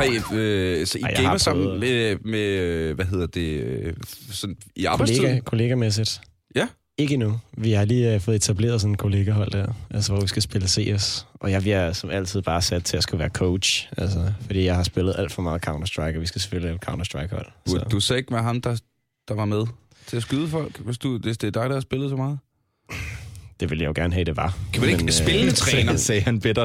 så I gamer sammen med hvad hedder det, sådan i arbejdstiden? Kollegamæssigt. Ja. Ikke endnu. Vi har lige fået etableret sådan en kollegahold der, altså hvor vi skal spille CS. Og jeg bliver som altid bare sat til at skulle være coach, altså, fordi jeg har spillet alt for meget Counter-Strike, og vi skal selvfølgelig have et Counter-Strike-hold. Du sagde ikke med ham, der var med til at skyde folk, hvis det er dig, der har spillet så meget? Det ville jeg jo gerne have, det var. Kan man ikke spillende træner? Sagde han bitter.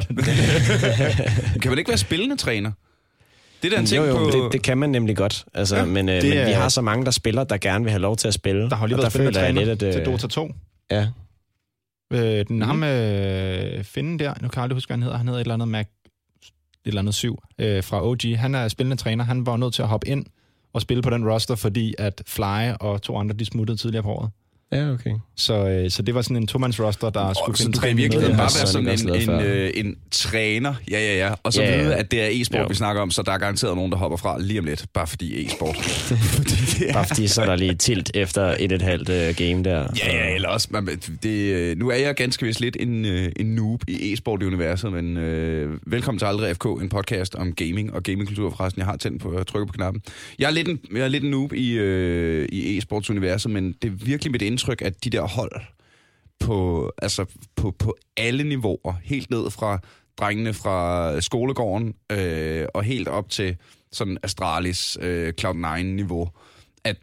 Kan man ikke være spillende træner? Det er der en ting jo, på... det kan man nemlig godt. Altså, ja, men vi har så mange, der spiller, der gerne vil have lov til at spille. Der har lige været spillende træner til Dota 2. Ja. Den ham Finden der, nu kan jeg aldrig huske, hvad han hedder. Han hedder et eller andet Mac, et eller andet 7 fra OG. Han er spillende træner. Han var nødt til at hoppe ind og spille på den roster, fordi at Fly og 2 andre, de smuttede tidligere på året. Ja, okay. Så det var sådan en 2-mands roster, der skulle finde... Så det i virkeligheden bare være sådan en træner, ja, og så vide, at det er e-sport, vi snakker om, så der er garanteret nogen, der hopper fra lige om lidt, bare fordi e-sport. Bare fordi så er der lige tilt efter 1,5 game der. Ja, eller også... nu er jeg ganske vist lidt en noob i e-sport-universet, men velkommen til Aldrig FK, en podcast om gaming og gamingkultur forresten. Jeg har tændt på at trykke på knappen. Jeg er lidt en noob i e-sports-universet, men det er virkelig mit indtryk, at de der hold på alle niveauer, helt ned fra drengene fra skolegården og helt op til sådan Astralis Cloud9-niveau, at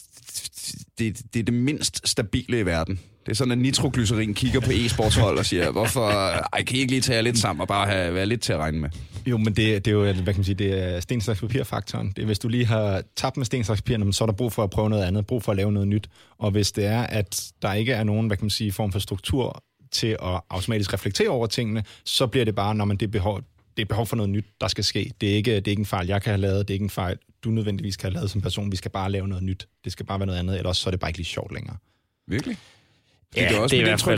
det er det mindst stabile i verden. Det er sådan, at nitroglycerin kigger på e-sportshold og siger, hvorfor kan I ikke lige tage jer lidt sammen og bare være lidt til at regne med? Jo, men det er jo, hvad kan man sige, det er sten, saks, papir-faktoren. Det er, hvis du lige har tabt med sten, saks, papir, så er der brug for at prøve noget andet, brug for at lave noget nyt. Og hvis det er, at der ikke er nogen, hvad kan man sige, form for struktur til at automatisk reflektere over tingene, så bliver det bare, når man det er behov for noget nyt, der skal ske. Det er ikke en fejl, jeg kan have lavet, det er ikke en fejl, du nødvendigvis kan have lavet som person. Vi skal bare lave noget nyt. Det skal bare være noget andet, ellers så er det bare ikke lige sjovt længere. Virkelig? Ja, det er også mit indtryk,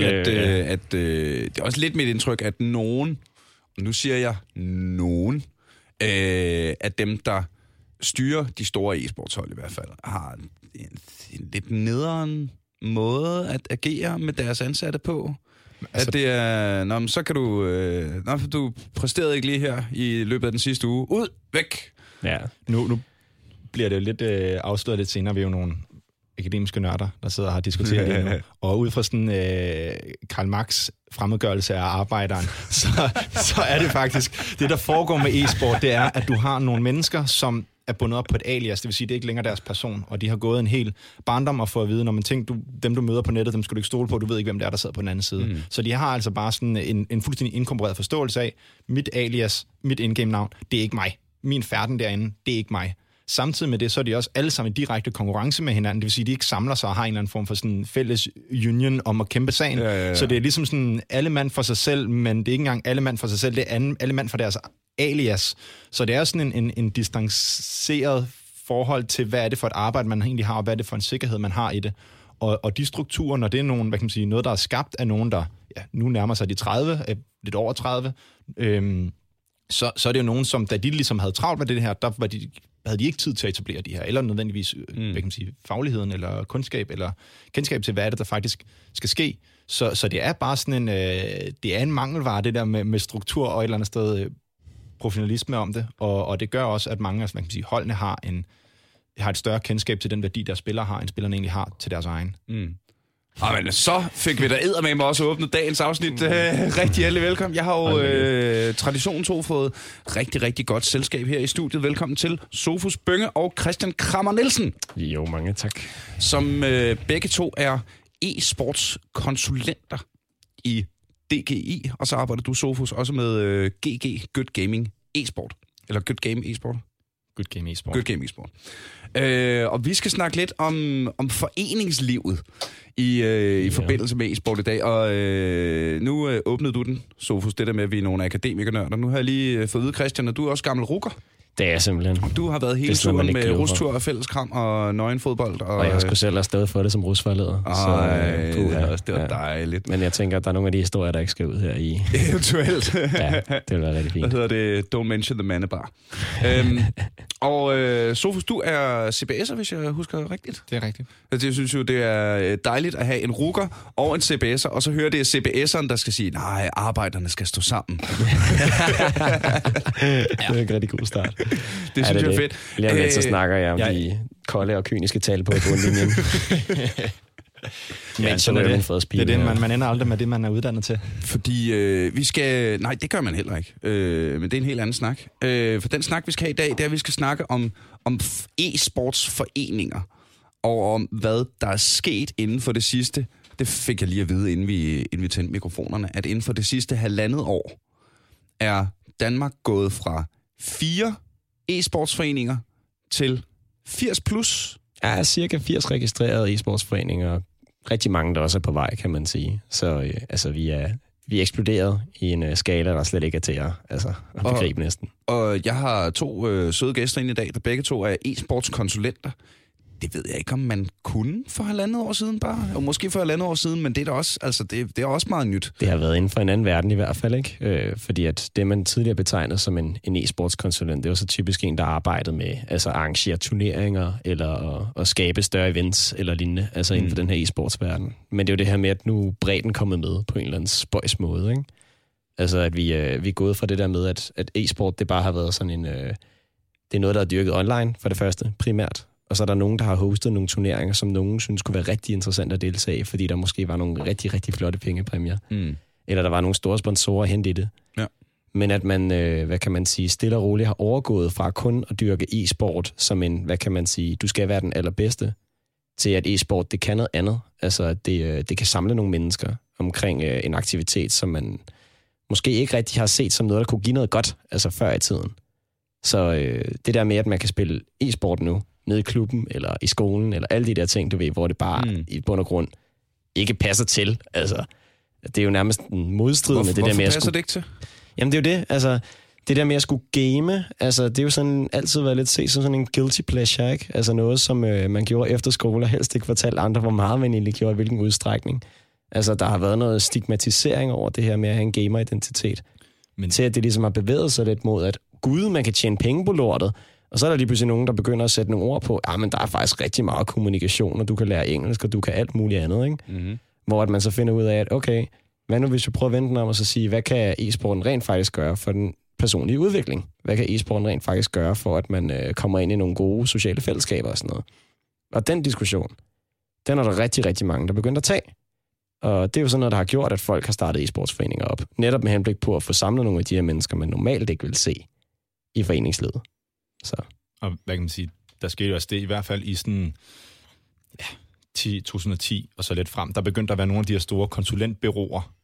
det er også lidt mit indtryk, at nogen, og nu siger jeg nogen, at dem, der styrer de store e-sportshold i hvert fald, har en lidt nederen måde at agere med deres ansatte på. Altså, at det er, så kan du præsterede ikke lige her i løbet af den sidste uge. Ud, væk! Ja, nu bliver det jo lidt afsløret lidt senere. Vi er jo nogle akademiske nørder, der sidder og har diskuteret det nu. Og ud fra sådan Karl Marx fremmedgørelse af arbejderen, så er det faktisk, det der foregår med e-sport, det er, at du har nogle mennesker, som er bundet op på et alias, det vil sige, det er ikke længere deres person, og de har gået en hel barndom og fået at vide, når man tænker, dem du møder på nettet, dem skal du ikke stole på, du ved ikke, hvem det er, der sidder på den anden side. Så de har altså bare sådan en fuldstændig inkorporeret forståelse af, mit alias, mit in-game-navn, det er ikke mig. Min færden derinde, det er ikke mig. Samtidig med det, så er de også alle sammen i direkte konkurrence med hinanden. Det vil sige, at de ikke samler sig og har en eller anden form for sådan fælles union om at kæmpe sagen. Ja. Så det er ligesom sådan alle mand for sig selv, men det er ikke engang alle mand for sig selv, det er alle mand for deres alias. Så det er sådan en distanceret forhold til, hvad er det for et arbejde, man egentlig har, og hvad er det for en sikkerhed, man har i det. Og de strukturer, når det er nogen, hvad kan man sige, noget, der er skabt af nogen, der nu nærmer sig de 30, lidt over 30, så er det jo nogen, som da de ligesom havde travlt med det her, havde de ikke tid til at etablere de her, eller nødvendigvis hvad kan man sige, fagligheden, eller kundskab, eller kendskab til, hvad er det, der faktisk skal ske. Så det er bare sådan det er en mangelvare, det der med struktur og et eller andet sted professionalisme om det, og det gør også, at mange af holdene har et større kendskab til den værdi, deres spillere har, end spillerne egentlig har til deres egen. Men så fik vi da eddermame også åbnet dagens afsnit. Rigtig hjertelig velkommen. Jeg har jo traditionen fået rigtig, rigtig godt selskab her i studiet. Velkommen til Sofus Bønge og Christian Krammer Nielsen. Jo, mange tak. Som begge to er e-sportskonsulenter i DGI, og så arbejder du, Sofus, også med GG, Good Gaming e-sport. Eller Good Game e-sport. Good Game e-sport. Good Game e-sport. Og vi skal snakke lidt om foreningslivet i forbindelse med e-sport i dag. Og nu åbnede du den, Sofus, det der med, at vi er nogle akademikernørder. Nu har jeg lige fået vide, Christian, at du er også gammel rukker. Det er simpelthen. Du har været hele turen med rustur og fælleskram og nøgenfodbold. Og jeg skulle selv afsted for det som rusforleder. Det var dejligt. Men jeg tænker, at der er nogle af de historier, der ikke skal ud her i. Eventuelt. Ja, det vil være rigtig fint. Hvad hedder det? Don't mention the mannebar. Og Sofus, du er CBS'er, hvis jeg husker rigtigt. Det er rigtigt. Altså, jeg synes jo, det er dejligt at have en rukker og en CBS'er, og så hører det CBS'eren, der skal sige, nej, arbejderne skal stå sammen. Det er en rigtig god start. Det synes jeg er fedt. Lige om lidt, så snakker jeg om de kolde og kyniske tal på bundlinjen. Ja, så det er det, man ender aldrig med det, man er uddannet til. Fordi vi skal... Nej, det gør man heller ikke. Men det er en helt anden snak. For den snak, vi skal have i dag, det er, at vi skal snakke om e-sportsforeninger. Og om, hvad der er sket inden for det sidste... Det fik jeg lige at vide, inden vi tændte mikrofonerne, at inden for det sidste 1,5 år er Danmark gået fra 4 e-sportsforeninger til 80 plus. Ja, cirka 80 registrerede e-sportsforeninger. Rigtig mange, der også er på vej, kan man sige. Så vi er eksploderet i en skala, der slet ikke er til at begribe næsten. Og jeg har 2 søde gæster inde i dag, der begge 2 er e-sportskonsulenter. Det ved jeg ikke, om man kunne for 1,5 år siden bare. Og måske for 1,5 år siden, men det er da også, det er også meget nyt. Det har været inden for en anden verden i hvert fald, ikke? Fordi at det, man tidligere betegnede som en e-sportskonsulent, det var så typisk en, der arbejdede med arrangere turneringer, eller at skabe større events, eller lignende, inden for den her e-sportsverden. Men det er jo det her med, at nu bredden kommet med på en eller anden spøjs måde, ikke? At vi er gået fra det der med, at e-sport, det bare har været sådan en... det er noget, der er dyrket online, for det første, primært. Og så er der nogen, der har hostet nogle turneringer, som nogen synes kunne være rigtig interessant at deltage i, fordi der måske var nogle rigtig, rigtig flotte pengepræmier. Eller der var nogle store sponsorer hen i det. Ja. Men at man, stille og roligt har overgået fra kun at dyrke e-sport som en, du skal være den allerbedste, til at e-sport, det kan noget andet. At det kan samle nogle mennesker omkring en aktivitet, som man måske ikke rigtig har set som noget, der kunne give noget godt, før i tiden. Så det der med, at man kan spille e-sport nu, nede i klubben, eller i skolen, eller alle de der ting, du ved, hvor det bare i bund og grund ikke passer til. Det er jo nærmest en modstrid med det der med at Hvorfor passer det ikke til? Jamen, det er jo det. Det der med at skulle game, det er jo sådan altid været lidt set som sådan en guilty pleasure, ikke? Noget, som man gjorde efter skole, og helst ikke fortalte andre, hvor meget man egentlig gjorde, i hvilken udstrækning. Der har været noget stigmatisering over det her med at have en gamer-identitet. Men til at det ligesom har bevæget sig lidt mod, at gud, man kan tjene penge på lortet. Og så er der lige pludselig nogen, der begynder at sætte nogle ord på, men der er faktisk rigtig meget kommunikation, og du kan lære engelsk, og du kan alt muligt andet, ikke? Mm-hmm. Hvor at man så finder ud af, at okay, hvad nu hvis vi prøver at vente den om og så sige, hvad kan e-sporten rent faktisk gøre for den personlige udvikling? Hvad kan e-sporten rent faktisk gøre for, at man kommer ind i nogle gode sociale fællesskaber og sådan noget? Og den diskussion, den er der rigtig, rigtig mange, der begynder at tage. Og det er jo sådan noget, der har gjort, at folk har startet e-sportsforeninger op. Netop med henblik på at få samlet nogle af de her mennesker, man normalt ikke vil se i foreningslivet. Så. Og hvad kan man sige, der skete jo også det, i hvert fald i sådan 2010 og så lidt frem, der begyndte at være nogle af de her store konsulentbureauer,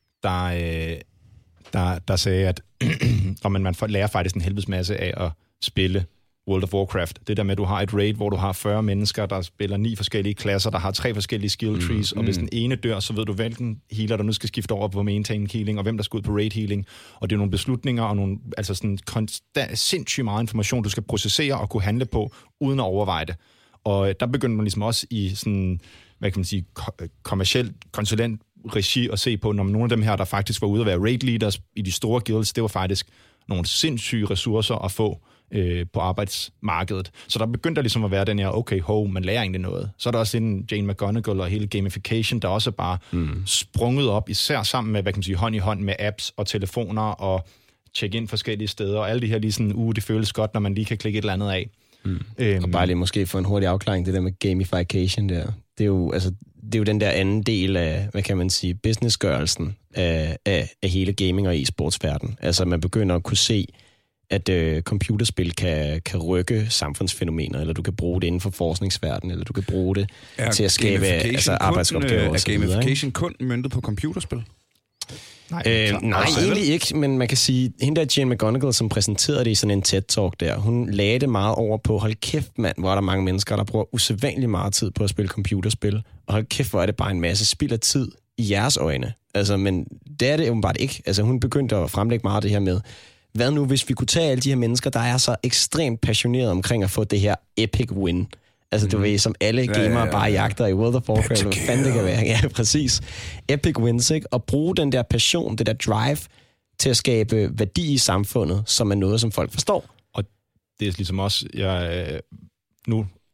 der sagde, at man lærer faktisk en helvedes masse af at spille World of Warcraft. Det der med, at du har et raid, hvor du har 40 mennesker, der spiller 9 forskellige klasser, der har 3 forskellige skill trees, og hvis den ene dør, så ved du, hvilken healer, der nu skal skifte over på maintain healing, og hvem der skal ud på raid healing. Og det er nogle beslutninger, og nogle, sådan sindssygt meget information, du skal processere og kunne handle på, uden at overveje det. Og der begyndte man ligesom også i sådan, hvad kan man sige, kommercielt konsulentregi at se på, når nogle af dem her, der faktisk var ude at være raid leaders i de store guilds, det var faktisk nogle sindssyge ressourcer at få på arbejdsmarkedet. Så der begyndte ligesom at være den her, okay, man lærer egentlig noget. Så er der også en Jane McGonigal og hele gamification, der også er bare sprunget op, især sammen med, hvad kan man sige, hånd i hånd med apps og telefoner og check ind forskellige steder, og alle de her lige sådan, det føles godt, når man lige kan klikke et eller andet af. Og bare lige måske få en hurtig afklaring, det der med gamification der. Det er jo den der anden del af, hvad kan man sige, businessgørelsen af hele gaming- og e-sportsverden. Man begynder at kunne se, at computerspil kan rykke samfundsfænomener, eller du kan bruge det inden for forskningsverdenen, eller du kan bruge det til at skabe arbejdsopgaver. Er gamification kun møntet på computerspil? Nej, egentlig ikke, men man kan sige, hende der Jane McGonigal, som præsenterede det i sådan en TED-talk der, hun lagde det meget over på, hold kæft mand, hvor er der mange mennesker, der bruger usædvanligt meget tid på at spille computerspil, og hold kæft, hvor er det bare en masse spild af tid i jeres øjne. Men det er det åbenbart ikke. Hun begyndte at fremlægge meget det her med, hvad nu hvis vi kunne tage alle de her mennesker, der er så ekstremt passionerede omkring at få det her epic win. Du ved, som alle gamere bare jagter i World of Warcraft, hvad fanden det kan være. Ja, præcis. Epic wins, ikke? Og bruge den der passion, det der drive, til at skabe værdi i samfundet, som er noget, som folk forstår. Og det er ligesom også, nu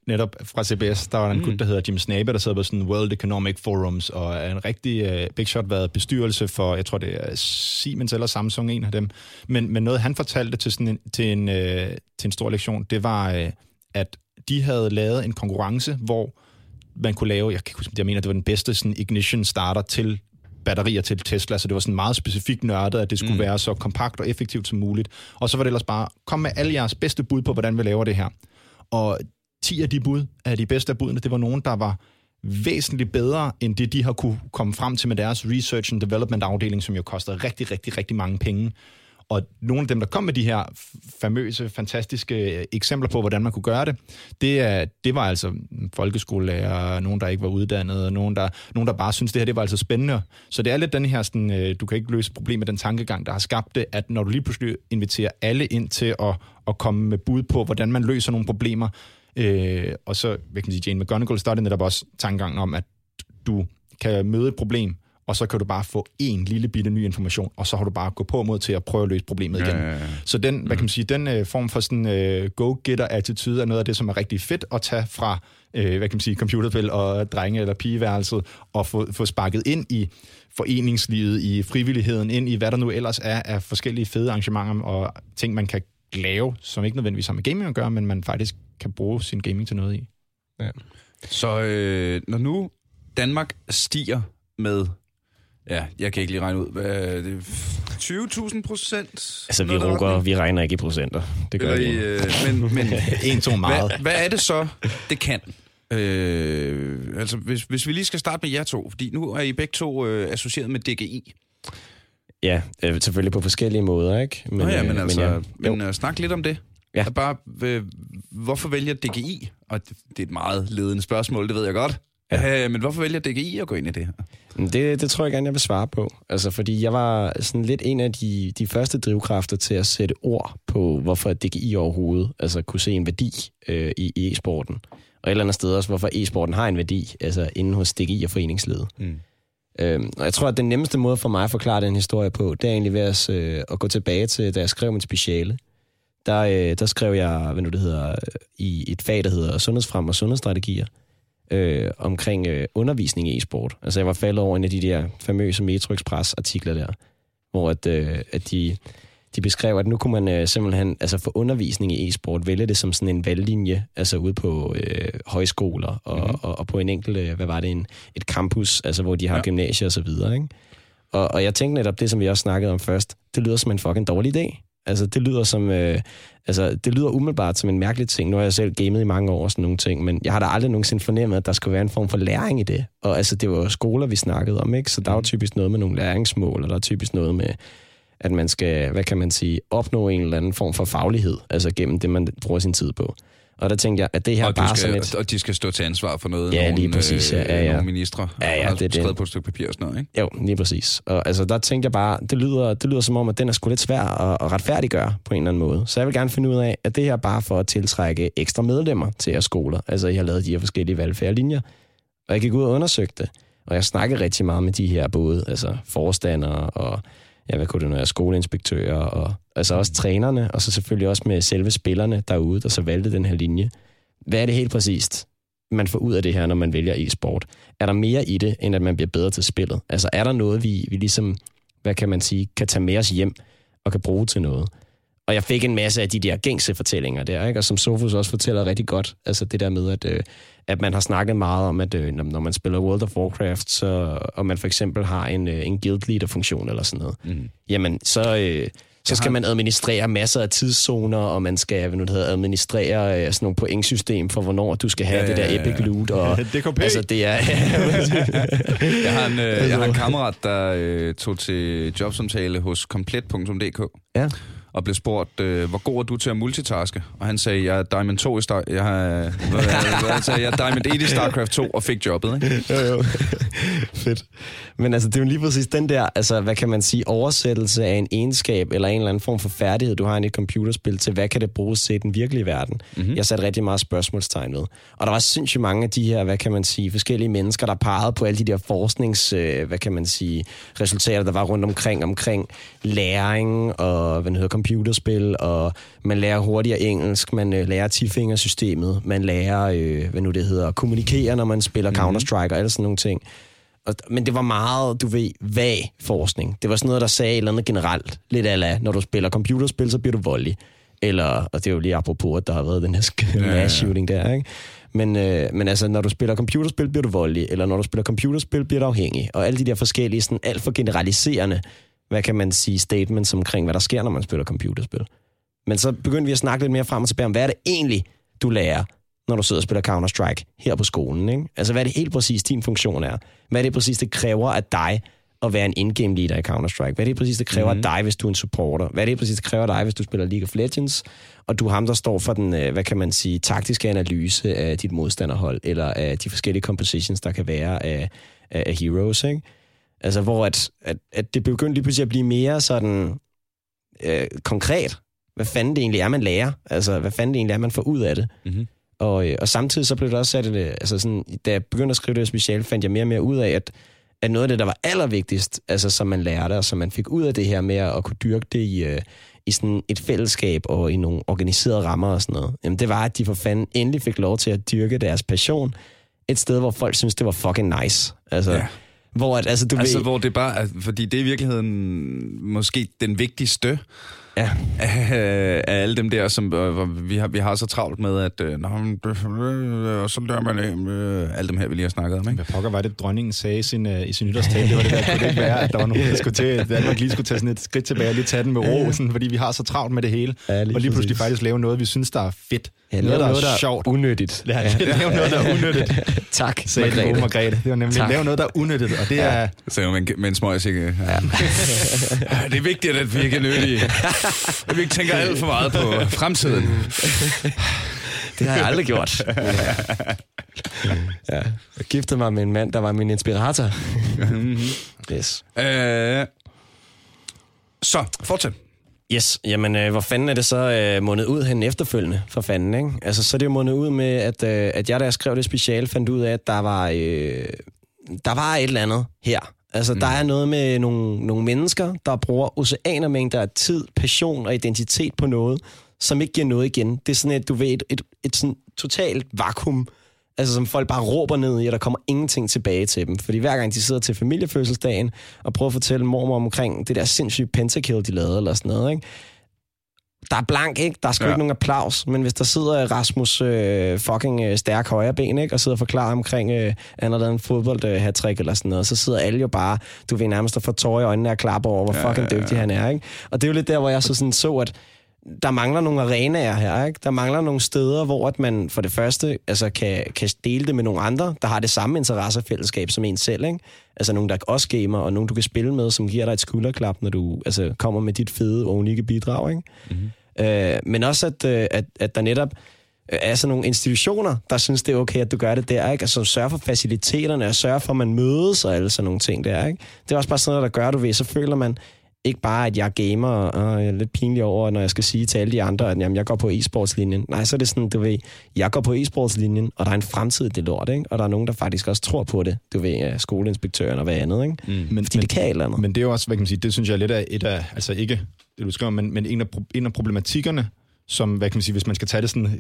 netop fra CBS, der var en gut, der hedder Jim Snabe, der sidder på sådan World Economic Forums, og er en rigtig big shot, været bestyrelse for, jeg tror det er Siemens eller Samsung, en af dem. Men noget, han fortalte til en stor lektion, det var, at de havde lavet en konkurrence, hvor man kunne lave, jeg mener, det var den bedste sådan, ignition starter til batterier til Tesla, så det var sådan meget specifikt nørdet, at det skulle være så kompakt og effektivt som muligt. Og så var det ellers bare, kom med alle jeres bedste bud på, hvordan vi laver det her. Og 10 af de bud, af de bedste af budene, det var nogen, der var væsentligt bedre, end det, de har kunne komme frem til med deres research and development afdeling, som jo koster rigtig, rigtig, rigtig mange penge. Og nogle af dem, der kom med de her famøse, fantastiske eksempler på, hvordan man kunne gøre det, det var altså folkeskolelærer, nogen, der ikke var uddannet, nogen, der bare synes det her det var altså spændende. Så det er lidt den her, sådan, du kan ikke løse problemet med den tankegang, der har skabt det, at når du lige pludselig inviterer alle ind til at komme med bud på, hvordan man løser nogle problemer, og så, hvad kan man sige, Jane McGonigal startede netop også tankegangen om, at du kan møde et problem, og så kan du bare få en lille bitte ny information, og så har du bare gået på mod til at prøve at løse problemet igen. Ja. Så den, hvad kan man sige, den form for sådan go-getter-attitude er noget af det, som er rigtig fedt at tage fra, hvad kan man sige, computerspil og drenge- eller pigeværelset, og få sparket ind i foreningslivet, i frivilligheden, ind i hvad der nu ellers er af forskellige fede arrangementer og ting, man kan lave, som ikke nødvendigvis har med gaming at gøre, men man faktisk kan bruge sin gaming til noget i. Ja. Så når nu Danmark stiger med, ja, jeg kan ikke lige regne ud, hvad er det, 20.000%? Altså, vi regner ikke i procenter. Det gør vi. Men 1-2 meget. Hvad er det så, det kan? Altså, hvis vi lige skal starte med jer to, fordi nu er I begge to associeret med DGI. Ja, selvfølgelig på forskellige måder, ikke? Men snak lidt om det. Ja. Bare, hvorfor vælger DGI? Og det er et meget ledende spørgsmål, det ved jeg godt. Ja. Men hvorfor vælger DGI at gå ind i det her? Det tror jeg gerne, jeg vil svare på. Altså, fordi jeg var sådan lidt en af de første drivkræfter til at sætte ord på, hvorfor DGI overhovedet altså, kunne se en værdi i e-sporten. Og et eller andet sted også, hvorfor e-sporten har en værdi, altså inden hos DGI og foreningsledet. Og jeg tror, at den nemmeste måde for mig at forklare den historie på, det er egentlig ved at gå tilbage til, da jeg skrev min speciale. Der skrev jeg, i et fag, der hedder Sundhedsfrem og Sundhedsstrategier, omkring undervisning i e-sport. Altså jeg var faldet over en af de der famøse Metro Express-artikler der, hvor at de beskrev, at nu kunne man simpelthen altså få undervisning i e-sport, vælge det som sådan en valglinje, altså ude på højskoler og på en enkelt, et campus, altså hvor de har gymnasier og så videre, ikke? Og jeg tænkte netop det, som vi også snakkede om først, det lyder som en fucking dårlig idé. Altså, det lyder som, det lyder umiddelbart som en mærkelig ting. Nu har jeg selv gamet i mange år og sådan nogle ting, men jeg har da aldrig nogensinde fornemmet, at der skulle være en form for læring i det. Og altså, det var jo skoler, vi snakkede om, ikke? Så der er jo typisk noget med nogle læringsmål, og der er typisk noget med, at man skal, hvad kan man sige, opnå en eller anden form for faglighed, altså gennem det, man bruger sin tid på. Og der tænkte jeg, at det her og bare sådan et... Og de skal stå til ansvar for noget, ja, lige præcis, nogle ministre har skrevet på et stykke papir og sådan noget, ikke? Jo, lige præcis. Og altså, der tænkte jeg bare, det lyder som om, at den er sgu lidt svær at retfærdiggøre på en eller anden måde. Så jeg vil gerne finde ud af, at det her bare for at tiltrække ekstra medlemmer til jeres skoler. Altså, I har lavet de her forskellige valgfærdslinjer. Og jeg gik ud og undersøgte det. Og jeg snakkede rigtig meget med de her både altså forstandere og skoleinspektører og altså også trænerne, og så selvfølgelig også med selve spillerne derude, der så valgte den her linje. Hvad er det helt præcist, man får ud af det her, når man vælger e-sport? Er der mere i det, end at man bliver bedre til spillet? Altså er der noget, vi ligesom, hvad kan man sige, kan tage med os hjem og kan bruge til noget? Og jeg fik en masse af de der gængse fortællinger der, ikke? Og som Sofus også fortæller rigtig godt, altså det der med, at man har snakket meget om, at når man spiller World of Warcraft, og man for eksempel har en guild leader-funktion eller sådan noget, jamen så skal man administrere masser af tidszoner, og man skal administrere sådan nogle pointsystem for, hvornår du skal have det der epic loot. Og, DKP! Altså, det er... jeg har en kammerat, der tog til jobsamtale hos komplet.dk. Ja. Og blev spurgt, hvor god er du til at multitaske? Og han sagde, jeg er Diamond 2 jeg er Diamond 8 i StarCraft 2 og fik jobbet, ikke? Jo. Fedt. Men altså, det er jo lige præcis den der, altså, hvad kan man sige, oversættelse af en egenskab eller en eller anden form for færdighed, du har i et computerspil, til hvad kan det bruges til i den virkelige verden? Jeg satte rigtig meget spørgsmålstegn ved. Og der var sindssygt mange af de her, hvad kan man sige, forskellige mennesker, der pegede på alle de der hvad kan man sige, resultater, der var rundt omkring læring og, computerspil computerspil, og man lærer hurtigere engelsk, man lærer 10-fingersystemet, man lærer, at kommunikere, når man spiller Counter-Strike og alle sådan nogle ting. Men det var meget, vag forskning. Det var sådan noget, der sagde et eller andet generelt. Lidt ala, når du spiller computerspil, så bliver du voldelig. Eller, og det er jo lige apropos, at der har været den her mass shooting der, ikke? Men altså, når du spiller computerspil, bliver du voldelig. Eller når du spiller computerspil, bliver du afhængig. Og alle de der forskellige, sådan alt for generaliserende, hvad kan man sige, statements omkring, hvad der sker, når man spiller computerspil. Men så begyndte vi at snakke lidt mere frem og tilbage om, hvad er det egentlig, du lærer, når du sidder og spiller Counter-Strike her på skolen, ikke? Altså, hvad er det helt præcis, din funktion er? Hvad er det præcis, det kræver af dig at være en in-game leader i Counter-Strike? Hvad er det præcis, det kræver af dig, hvis du er en supporter? Hvad er det præcis, det kræver af dig, hvis du spiller League of Legends? Og du er ham, der står for den, hvad kan man sige, taktiske analyse af dit modstanderhold, eller af de forskellige compositions, der kan være af heroes, ikke? Altså, hvor at det begyndte lige pludselig at blive mere sådan konkret. Hvad fanden det egentlig er, man lærer? Altså, hvad fanden det egentlig er, man får ud af det? Mm-hmm. Og samtidig så blev det også sat, altså sådan, da jeg begyndte at skrive det specielt, fandt jeg mere og mere ud af, at noget af det, der var allervigtigst, altså som man lærte, og som man fik ud af det her med at kunne dyrke det i sådan et fællesskab og i nogle organiserede rammer og sådan noget, jamen det var, at de for fanden endelig fik lov til at dyrke deres passion et sted, hvor folk synes det var fucking nice. Altså, ja. Hvor det bare er, fordi det er i virkeligheden måske den vigtigste af alle dem der, som vi har så travlt med, at og så lærer man alle dem her, vi lige har snakket om, ikke? Hvad pokker var det, dronningen sagde i sin nytårstale? Det var det der, kunne det ikke være, at der var nogen, der skulle til, Danmark lige skulle tage sådan et skridt tilbage og lige tage den med ro, sådan, fordi vi har så travlt med det hele, og lige pludselig faktisk lave noget, vi synes, der er fedt. Ja, noget, der er sjovt. Unødigt. Ja, lave noget, der er unødigt. Tak, Margrethe. Det var nemlig lave noget, der er unødigt, og det er... Så med en smøg, sikke. Ja. Det er vigtigt, at vi ikke er nyttige. At vi ikke tænker alt for meget på fremtiden. Det har jeg aldrig gjort. Ja. Jeg giftede mig med en mand, der var min inspirator. Yes. Så, fortsæt. Yes, jamen hvor fanden er det så mundet ud hen efterfølgende for fanden, ikke? Altså så er det jo mundet ud med, at jeg da jeg skrev det speciale, fandt ud af, at der var et eller andet her. Altså der er noget med nogle mennesker, der bruger oceanermængder af tid, passion og identitet på noget, som ikke giver noget igen. Det er sådan et sådan totalt vakuum, altså som folk bare råber ned i, og der kommer ingenting tilbage til dem. Fordi hver gang de sidder til familiefødselsdagen og prøver at fortælle mormor omkring det der sindssyge pentakill, de lavede, eller sådan noget, ikke? Der er blank, ikke? Der er sgu ikke nogen applaus. Men hvis der sidder Rasmus fucking stærk højreben, ikke? Og sidder og forklarer omkring andet en fodbold-hattrick eller sådan noget, så sidder alle jo bare, du ved nærmest at få tårer i øjnene og klapper over, hvor fucking dygtig han er, ikke? Og det er jo lidt der, hvor jeg så at der mangler nogle arenaer her, ikke? Der mangler nogle steder, hvor at man for det første altså kan dele det med nogle andre, der har det samme interessefællesskab som en selv, ikke? Altså nogen, der også gamer, og nogen, du kan spille med, som giver dig et skulderklap, når du altså kommer med dit fede og unikke bidrag, ikke? Mm-hmm. Men også, at der netop er sådan nogle institutioner, der synes, det er okay, at du gør det der, ikke? Altså sørge for faciliteterne, og sørge for, at man mødes og alle sådan nogle ting der, ikke? Det er også bare sådan noget, der gør, du ved, så føler man ikke bare, at jeg er gamer, og jeg er lidt pinlig over, når jeg skal sige til alle de andre, at jamen, jeg går på e-sportslinjen. Nej, så er det sådan, du ved, jeg går på e-sportslinjen, og der er en fremtid i det lort, ikke? Og der er nogen, der faktisk også tror på det, du ved, skoleinspektøren og hvad andet, ikke? Fordi det kan et eller andet. Men det er jo også, hvad kan man sige, det synes jeg er lidt af et af, altså ikke det du skriver, men en af problematikkerne, som, hvad kan man sige, hvis man skal tage det sådan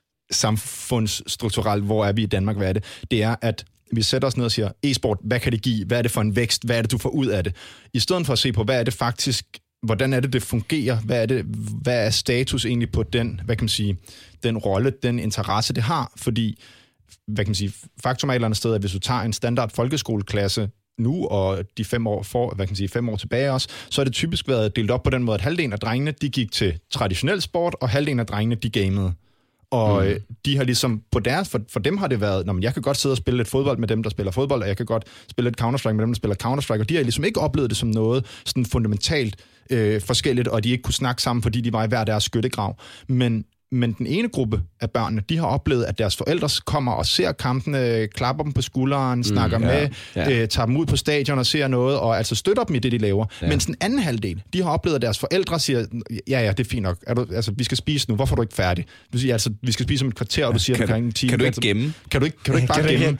samfundsstrukturelt, hvor er vi i Danmark, hvad er det? Det er, at vi sætter os ned og siger, e-sport, hvad kan det give? Hvad er det for en vækst? Hvad er det, du får ud af det? I stedet for at se på, hvad er det faktisk, hvordan er det, det fungerer? Hvad er status egentlig på den, hvad kan man sige, den rolle, den interesse, det har? Fordi, hvad kan man sige, faktum er et eller andet sted, at hvis du tager en standard folkeskoleklasse nu, og de 5 år tilbage også, så er det typisk været delt op på den måde, at halvdelen af drengene, de gik til traditionel sport, og halvdelen af drengene, de gamede. Og de har ligesom på deres, for dem har det været, jeg kan godt sidde og spille lidt fodbold med dem, der spiller fodbold, og jeg kan godt spille lidt Counter-Strike med dem, der spiller Counter-Strike, og de har ligesom ikke oplevet det som noget sådan fundamentalt forskelligt, og de ikke kunne snakke sammen, fordi de var i hver deres skyttegrav. Men den ene gruppe af børnene, de har oplevet, at deres forældre kommer og ser kampene, klapper dem på skulderen, snakker med, tager dem ud på stadion og ser noget, og altså støtter dem i det, de laver. Ja. Mens den anden halvdel, de har oplevet, at deres forældre siger, ja, det er fint nok. Vi skal spise nu. Hvorfor er du ikke færdig? Du siger, altså, vi skal spise om et kvarter, og du siger, kan du ikke gemme? Kan du ikke bare gemme?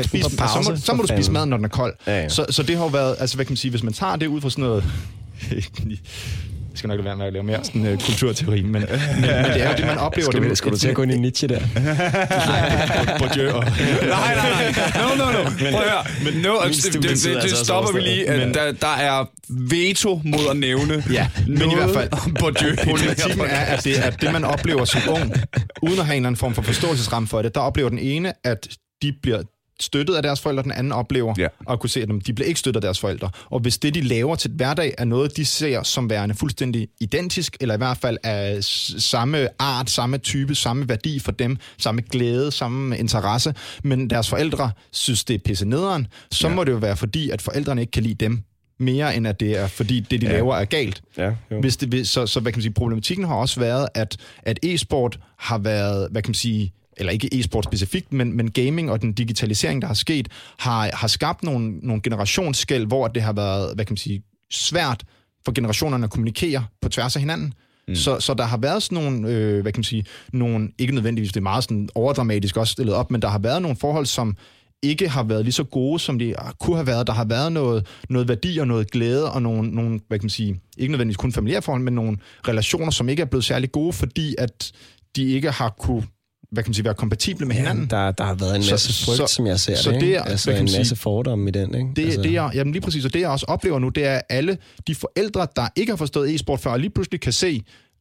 Så må du spise maden, når den er kold. Ja. Så det har jo været, altså hvad kan man sige, hvis man tager det ud fra sådan noget skal nok være med at lave mere sådan kulturteori, men det er jo det, man oplever. Skal du til at gå ind i Nietzsche der? Nej, Bourdieu og... Nej. No. Prøv at høre. Men det stopper vi lige. Der er veto mod at nævne. Ja, men i hvert fald, politikken er, at det er det, man oplever som ung, uden at have en eller anden form for forståelsesramme for det. Der oplever den ene, at de bliver støttet af deres forældre, den anden oplever at kunne se, at de bliver ikke støttet af deres forældre. Og hvis det, de laver til hverdag, er noget, de ser som værende fuldstændig identisk, eller i hvert fald af samme art, samme type, samme værdi for dem, samme glæde, samme interesse, men deres forældre synes, det er pisse nederen, så må det jo være fordi, at forældrene ikke kan lide dem mere, end at det er, fordi det, de laver, er galt. Ja, hvis det, så hvad kan man sige, problematikken har også været, at e-sport har været, hvad kan man sige, eller ikke e-sport specifikt, men gaming og den digitalisering, der er sket, har skabt nogle generationsskel, hvor det har været, hvad kan man sige, svært for generationerne at kommunikere på tværs af hinanden. Så der har været sådan nogle, hvad kan man sige, nogle, ikke nødvendigvis, det er meget sådan overdramatisk også stillet op, men der har været nogle forhold, som ikke har været lige så gode, som de kunne have været. Der har været noget værdi og noget glæde og nogle, hvad kan man sige, ikke nødvendigvis kun familiære forhold, men nogle relationer, som ikke er blevet særlig gode, fordi at de ikke har kunne, hvad kan man sige, være kompatible med hinanden. Der har været en masse frygt, som jeg ser det, ikke? Altså en masse fordomme i den, ikke? Jamen lige præcis, og det jeg også oplever nu, det er alle de forældre, der ikke har forstået e-sport før, og lige pludselig kan se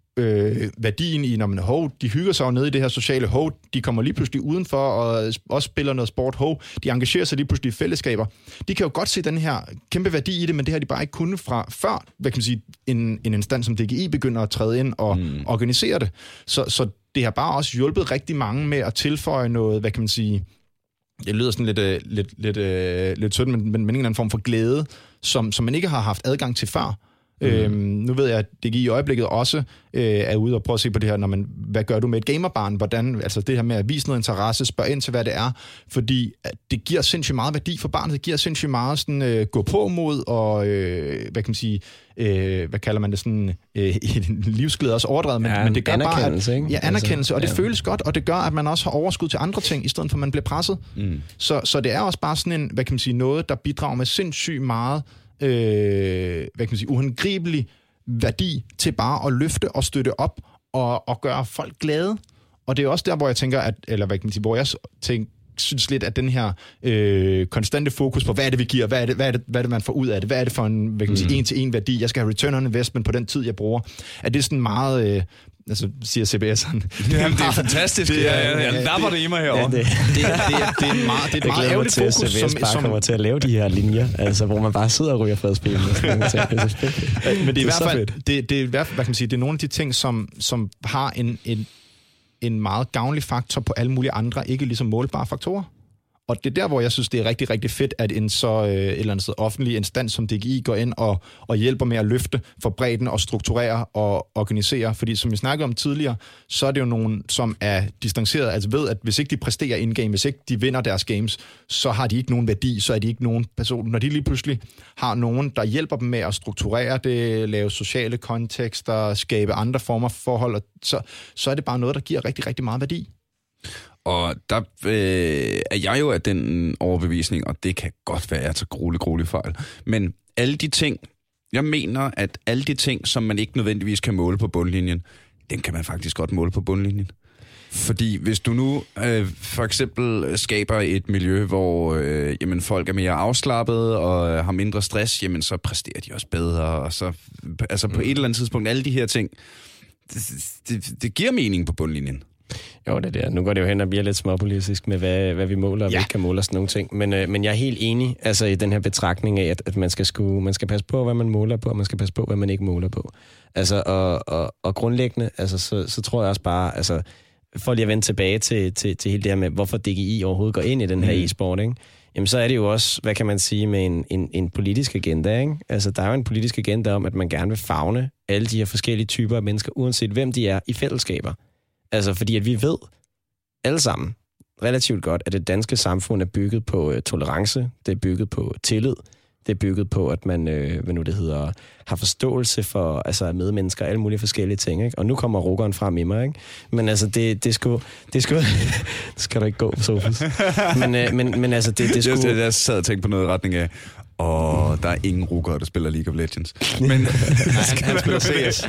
værdien i, når man de hygger sig nede i det her sociale de kommer lige pludselig udenfor og også spiller noget sport, de engagerer sig lige pludselig i fællesskaber. De kan jo godt se den her kæmpe værdi i det, men det har de bare ikke kunnet fra før, hvad kan man sige, en instans som DGI begynder at træde ind og organisere det. Så det har bare også hjulpet rigtig mange med at tilføje noget, hvad kan man sige, det lyder sådan lidt sødt, men en eller anden form for glæde, som man ikke har haft adgang til før. Nu ved jeg, at DGI i øjeblikket også er ude og prøve at se på det her, hvad gør du med et gamerbarn? Hvordan, altså det her med at vise noget interesse, spørge ind til, hvad det er, fordi det giver sindssygt meget værdi for barnet, det giver sindssygt meget sådan, gå på mod, og hvad kan man sige, hvad kalder man det, sådan livsglæde også overdrevet, men det gør anerkendelse, bare, at, anerkendelse, og det føles godt, og det gør, at man også har overskud til andre ting, i stedet for at man bliver presset. Så det er også bare sådan en, hvad kan man sige, noget, der bidrager med sindssygt meget hvad kan man sige, uhåndgribelig værdi til bare at løfte og støtte op og gøre folk glade. Og det er også der, hvor jeg tænker, eller hvad kan man sige, hvor jeg synes lidt, at den her konstante fokus på, hvad er det, vi giver, hvad er det, man får ud af det, hvad er det for en, hvad kan man sige, en-til-en værdi, jeg skal have return on investment på den tid, jeg bruger. At det er sådan meget... altså, siger CBS'eren. Jamen, det er fantastisk. Jeg lapper det i mig herovre. Det er et meget ærgerligt fokus, som kommer til at lave de her linjer, altså, hvor man bare sidder og ryger fredspil. Men det er i hvert fald, det er, hvad kan man sige, det er nogle af de ting, som har en meget gavnlig faktor på alle mulige andre, ikke ligesom målbare faktorer. Og det er der, hvor jeg synes, det er rigtig, rigtig fedt, at en så et eller andet offentlig instans som DGI går ind og hjælper med at løfte for bredden og strukturere og organisere. Fordi som vi snakkede om tidligere, så er det jo nogen, som er distanceret, altså ved, at hvis ikke de præsterer in-game, hvis ikke de vinder deres games, så har de ikke nogen værdi, så er de ikke nogen person. Når de lige pludselig har nogen, der hjælper dem med at strukturere det, lave sociale kontekster, skabe andre former for forhold, så er det bare noget, der giver rigtig, rigtig meget værdi. Og der er jeg jo af den overbevisning, og det kan godt være, at jeg tager gruelig fejl. Men alle de ting, jeg mener, at alle de ting, som man ikke nødvendigvis kan måle på bundlinjen, dem kan man faktisk godt måle på bundlinjen. Fordi hvis du nu for eksempel skaber et miljø, hvor jamen, folk er mere afslappede og har mindre stress, jamen så præsterer de også bedre. Og så, altså på et eller andet tidspunkt, alle de her ting, det giver mening på bundlinjen. Jo, det er det. Nu går det jo hen og bliver lidt småpolitisk med, hvad vi måler og vi ikke kan måle og sådan nogle ting. Men jeg er helt enig altså, i den her betragtning af, at man skal passe på, hvad man måler på, og man skal passe på, hvad man ikke måler på. Altså, og grundlæggende, altså, så tror jeg også bare, altså, for lige at vende tilbage til hele det her med, hvorfor DGI overhovedet går ind i den her e-sport, ikke? Jamen, så er det jo også, hvad kan man sige, med en politisk agenda, ikke? Altså, der er jo en politisk agenda om, at man gerne vil favne alle de her forskellige typer af mennesker, uanset hvem de er, i fællesskaber. Altså, fordi at vi ved alle sammen relativt godt, at det danske samfund er bygget på tolerance, det er bygget på tillid, det er bygget på, at man har forståelse for altså, medmennesker og alle mulige forskellige ting, ikke? Og nu kommer rukkeren frem i mig, ikke? Men altså, det skal du ikke gå, Sofus. Men altså, det skulle... Jeg sad og tænkte på noget i retning af, Der er ingen rukkere, der spiller League of Legends. Men han spiller CS.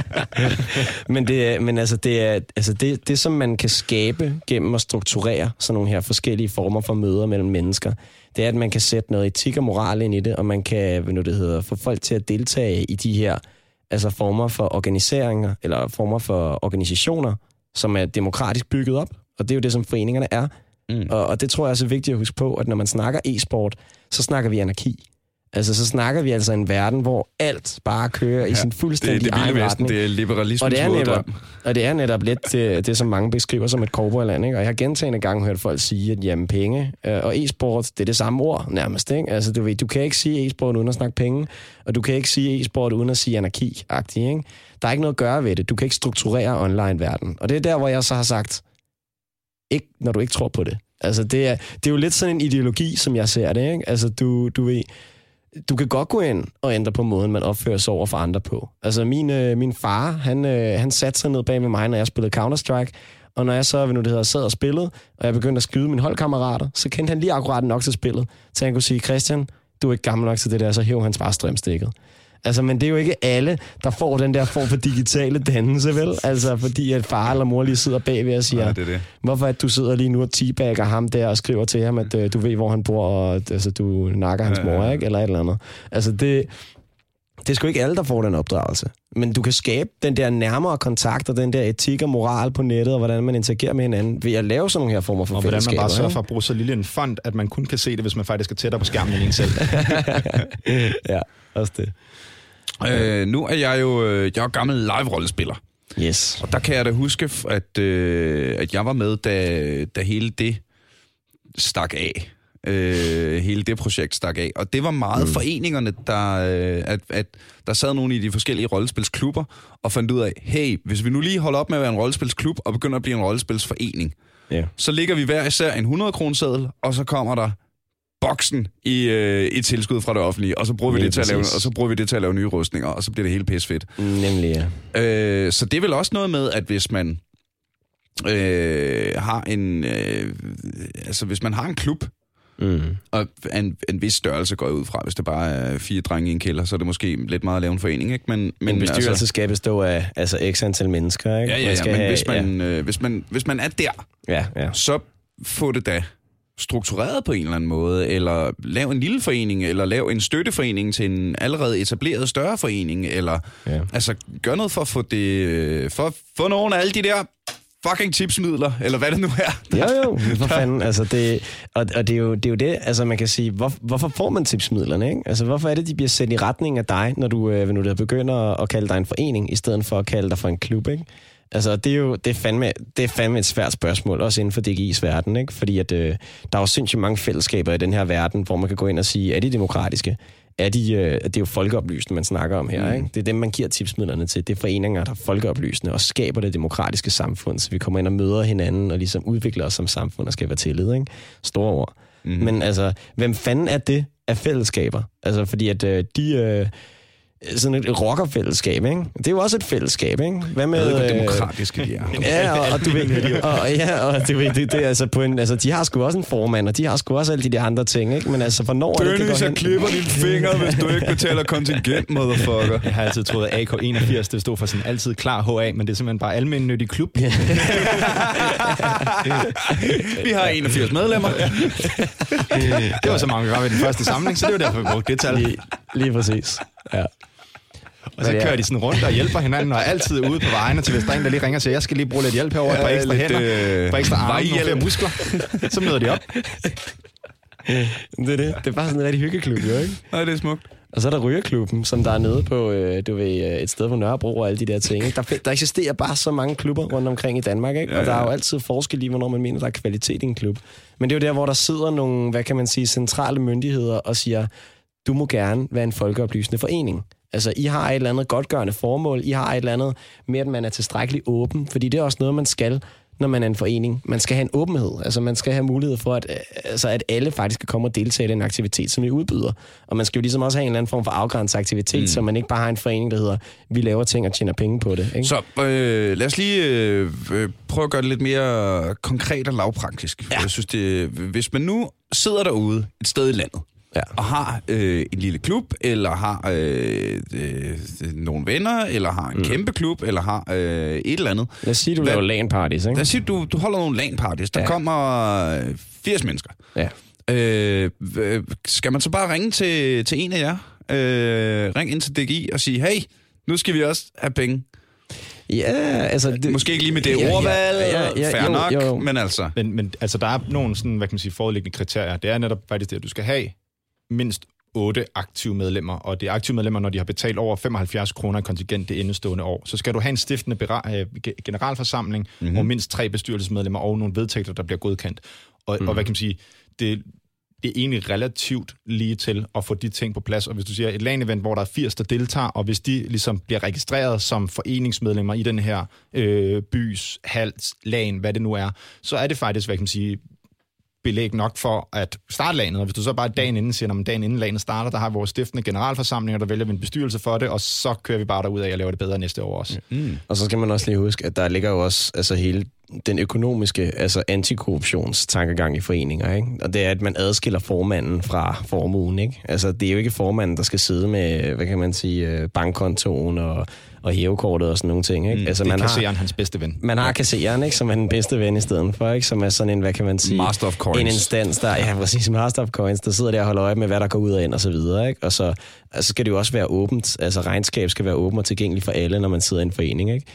det, som man kan skabe gennem at strukturere sådan nogle her forskellige former for møder mellem mennesker, det er, at man kan sætte noget etik og moral ind i det, og man kan, få folk til at deltage i de her former for organiseringer, eller former for organisationer, som er demokratisk bygget op. Og det er jo det, som foreningerne er. Og det tror jeg også er vigtigt at huske på, at når man snakker e-sport, så snakker vi anarki. Så snakker vi en verden, hvor alt bare kører i sin fuldstændig egen retning. Det er liberalismens og det er netop lidt det, som mange beskriver som et cowboyland, ikke? Og jeg har gentagne gange hørt folk sige, at jamen, penge og e-sport, det er det samme ord nærmest, ikke? Du kan ikke sige e-sport uden at snakke penge, og du kan ikke sige e-sport uden at sige anarki-agtigt, ikke? Der er ikke noget at gøre ved det. Du kan ikke strukturere online-verden. Og det er der, hvor jeg så har sagt, ikke, når du ikke tror på det. Det er jo lidt sådan en ideologi, som jeg ser det, ikke? Du ved, du kan godt gå ind og ændre på måden, man opfører sig over for andre på. Min far, han satte sig ned bag med mig, når jeg spillede Counter-Strike, og når jeg så, sad og spillede, og jeg begyndte at skyde mine holdkammerater, så kendte han lige akkurat nok til spillet, så han kunne sige, Christian, du er ikke gammel nok til det der, så hæv hans bare strømstikket. Men det er jo ikke alle, der får den der form for digitale dannelse, vel? Fordi at far eller mor lige sidder bagved og siger, det. Hvorfor at du sidder lige nu og teabagger ham der og skriver til ham, at du ved, hvor han bor, og du nakker hans mor, ikke? Eller et eller andet. Det er sgu ikke alle, der får den opdragelse. Men du kan skabe den der nærmere kontakt og den der etik og moral på nettet, og hvordan man interagerer med hinanden, ved at lave sådan nogle her former for fællesskaber. Og hvordan man bare sørger for at bruge så lille en font, at man kun kan se det, hvis man faktisk er tættere på skærmen end en selv. Ja, også det. Nu er jeg er gammel live-rollespiller. Yes. Og der kan jeg da huske, at jeg var med, da hele det stak af. Hele det projekt stak af. Og det var meget foreningerne, at der sad nogle i de forskellige rollespilsklubber og fandt ud af, hey, hvis vi nu lige holder op med at være en rollespilsklub og begynder at blive en rollespilsforening, så ligger vi hver især en 100-kroneseddel, og så kommer der boksen i tilskud fra det offentlige, og så bruger vi det til at lave nye rustninger, og så bliver det hele pisfedt. Nemlig, ja. Så det er vel også noget med, at hvis man har hvis man har en klub, og en vis størrelse går jeg ud fra, hvis det bare er 4 drenge i en kælder, så er det måske lidt meget at lave en forening, ikke? Men bestyrelse skal bestå af x antal mennesker, ikke? Hvis man er der, så få det da struktureret på en eller anden måde, eller lav en lille forening, eller lav en støtteforening til en allerede etableret større forening, eller gør noget for at få det, for at få nogle af alle de der fucking tipsmidler, eller hvad det nu er. Jo, for fanden. Det er jo det, man kan sige, hvorfor får man tipsmidlerne, ikke? Hvorfor er det, de bliver sendt i retning af dig, når du begynder at kalde dig en forening, i stedet for at kalde dig for en klub, ikke? Det er fandme et svært spørgsmål, også inden for DGI's verden, ikke? Fordi at, der er jo sindssygt mange fællesskaber i den her verden, hvor man kan gå ind og sige, er de demokratiske? Det er jo folkeoplysende, man snakker om her, ikke? Det er dem, man giver tipsmidlerne til. Det er foreninger, der er folkeoplysende og skaber det demokratiske samfund, så vi kommer ind og møder hinanden og ligesom udvikler os som samfund og skaber tillid, ikke? Store ord. Men hvem fanden er det af fællesskaber? Fordi at sådan et rockerfællesskab, ikke? Det er jo også et fællesskab, ikke? Hvad med hvor demokratiske de er. Ja, og du ved, det er på en, de har sgu også en formand, og de har sgu også alle de der andre ting, ikke? Men hvornår er det går hen? Jeg klipper dine fingre, hvis du ikke betaler kontingent, motherfucker. Jeg har altid troet, at AK81, det stod for sådan altid klar HA, men det er simpelthen bare almennyttig klub. Vi har 81 medlemmer. Det var så mange gange ved den første samling, så det var derfor, vi brugte det tal. Lige præcis, ja. Og så kører de sådan rundt og hjælper hinanden, og er altid ude på vejene, til hvis der er en, der lige ringer og siger, jeg skal lige bruge lidt hjælp herovre, et par ekstra hænder, et par ekstra arme, nogle flere muskler. Så møder de op. Det er bare sådan en rigtig hyggeklub, jo, ikke? Nej, det er smukt. Og så er der rygerklubben, som der er nede på, et sted på Nørrebro og alle de der ting, ikke? Der eksisterer bare så mange klubber rundt omkring i Danmark, ikke? Og der er jo altid forskel i, hvornår man mener, der er kvalitet i en klub. Men det er jo der, hvor der sidder nogle, hvad kan man sige, centrale myndigheder og siger, du må gerne være en folkeoplysende forening. I har et eller andet godtgørende formål, I har et eller andet med, at man er tilstrækkeligt åben, fordi det er også noget, man skal, når man er en forening. Man skal have en åbenhed, man skal have mulighed for, at alle faktisk kan komme og deltage i den aktivitet, som vi udbyder. Og man skal jo ligesom også have en eller anden form for afgrænset aktivitet, så man ikke bare har en forening, der hedder, vi laver ting og tjener penge på det. Ikke? Så lad os lige prøve at gøre det lidt mere konkret og lavpraktisk. Ja. Jeg synes, hvis man nu sidder derude et sted i landet, og har en lille klub, eller har nogle venner, eller har en kæmpe klub, eller har et eller andet. Lad os sige, du laver LAN-parties, ikke? Lad os sige, du holder nogle LAN-parties. Der kommer 80 mennesker. Ja. Skal man så bare ringe til en af jer? Ring ind til DGI og sige, hey, nu skal vi også have penge. Ja, altså... Måske ikke lige med det ordvalg, fair nok, jo. Men altså... Men altså, der er nogle sådan, hvad kan man sige, foreliggende kriterier. Det er netop faktisk det, at du skal have mindst 8 aktive medlemmer, og det er aktive medlemmer, når de har betalt over 75 kroner i kontingent det indestående år. Så skal du have en stiftende generalforsamling, og mindst 3 bestyrelsesmedlemmer og nogle vedtægter, der bliver godkendt. Og hvad kan man sige, det er egentlig relativt lige til at få de ting på plads. Og hvis du siger et LAN-event, hvor der er 80, der deltager, og hvis de ligesom bliver registreret som foreningsmedlemmer i den her bys, hals, LAN, hvad det nu er, så er det faktisk, hvad kan man sige, belæg nok for at starte LAN'et. Og hvis du så bare dagen inden siger, at dagen inden LAN'et starter, der har vores stiftende generalforsamling, og der vælger vi en bestyrelse for det, og så kører vi bare derud af og laver det bedre næste år også. Og så skal man også lige huske, at der ligger jo også altså hele den økonomiske, altså antikorruptionstankegang i foreninger, ikke? Og det er, at man adskiller formanden fra formuen, ikke? Altså, det er jo ikke formanden, der skal sidde med, hvad kan man sige, bankkontoen og hævekortet og sådan nogle ting, ikke? Altså, det er kassereren hans bedste ven. Man har kassereren, ikke? Som er den bedste ven i stedet for, ikke? Som er sådan en, hvad kan man sige... Master of coins. En instans, der... Ja, præcis, Master of coins, der sidder der og holder øje med, hvad der går ud og ind og så videre, ikke? Og så altså, skal det jo også være åbent. Altså, regnskab skal være åbent og tilgængeligt for alle, når man sidder i en forening, ikke?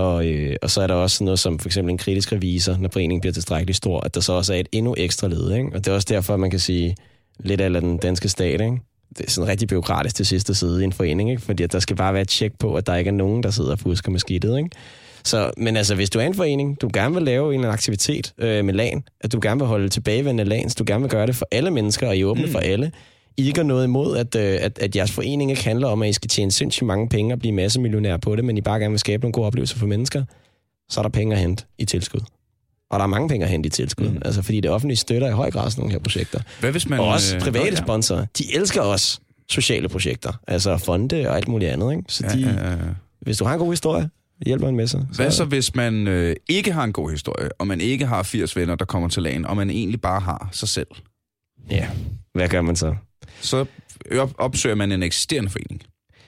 Og så er der også noget som for eksempel en kritisk revisor, når foreningen bliver tilstrækkeligt stor, at der så også er et endnu ekstra led, ikke? Og det er også derfor, man kan sige lidt af den danske stat, ikke? Det er sådan rigtig bureaukratisk til sidste side i en forening, ikke? Fordi at der skal bare være et tjek på, at der ikke er nogen, der sidder og fusker med skidtet, ikke? Så, men altså, hvis du er en forening, du gerne vil lave en aktivitet med LAN, at du gerne vil holde tilbagevendende LANs, du gerne vil gøre det for alle mennesker, og I åbne for alle, I ikke har noget imod, at jeres forening ikke handler om, at I skal tjene sindssygt mange penge og blive massemillionær på det, men I bare gerne vil skabe nogle gode oplevelser for mennesker, så er der penge at hente i tilskud. Og der er mange penge at hente i tilskud. Altså, fordi det offentlige støtter i høj grad sådan nogle her projekter. Hvad hvis man... Og også private sponsorer. De elsker også sociale projekter. Altså fonde og alt muligt andet, ikke? Så hvis du har en god historie, hjælper en med sig. Hvad så hvis man ikke har en god historie, og man ikke har 80 venner, der kommer til LAN, og man egentlig bare har sig selv? Ja, hvad gør man så? Så opsøger man en eksisterende forening.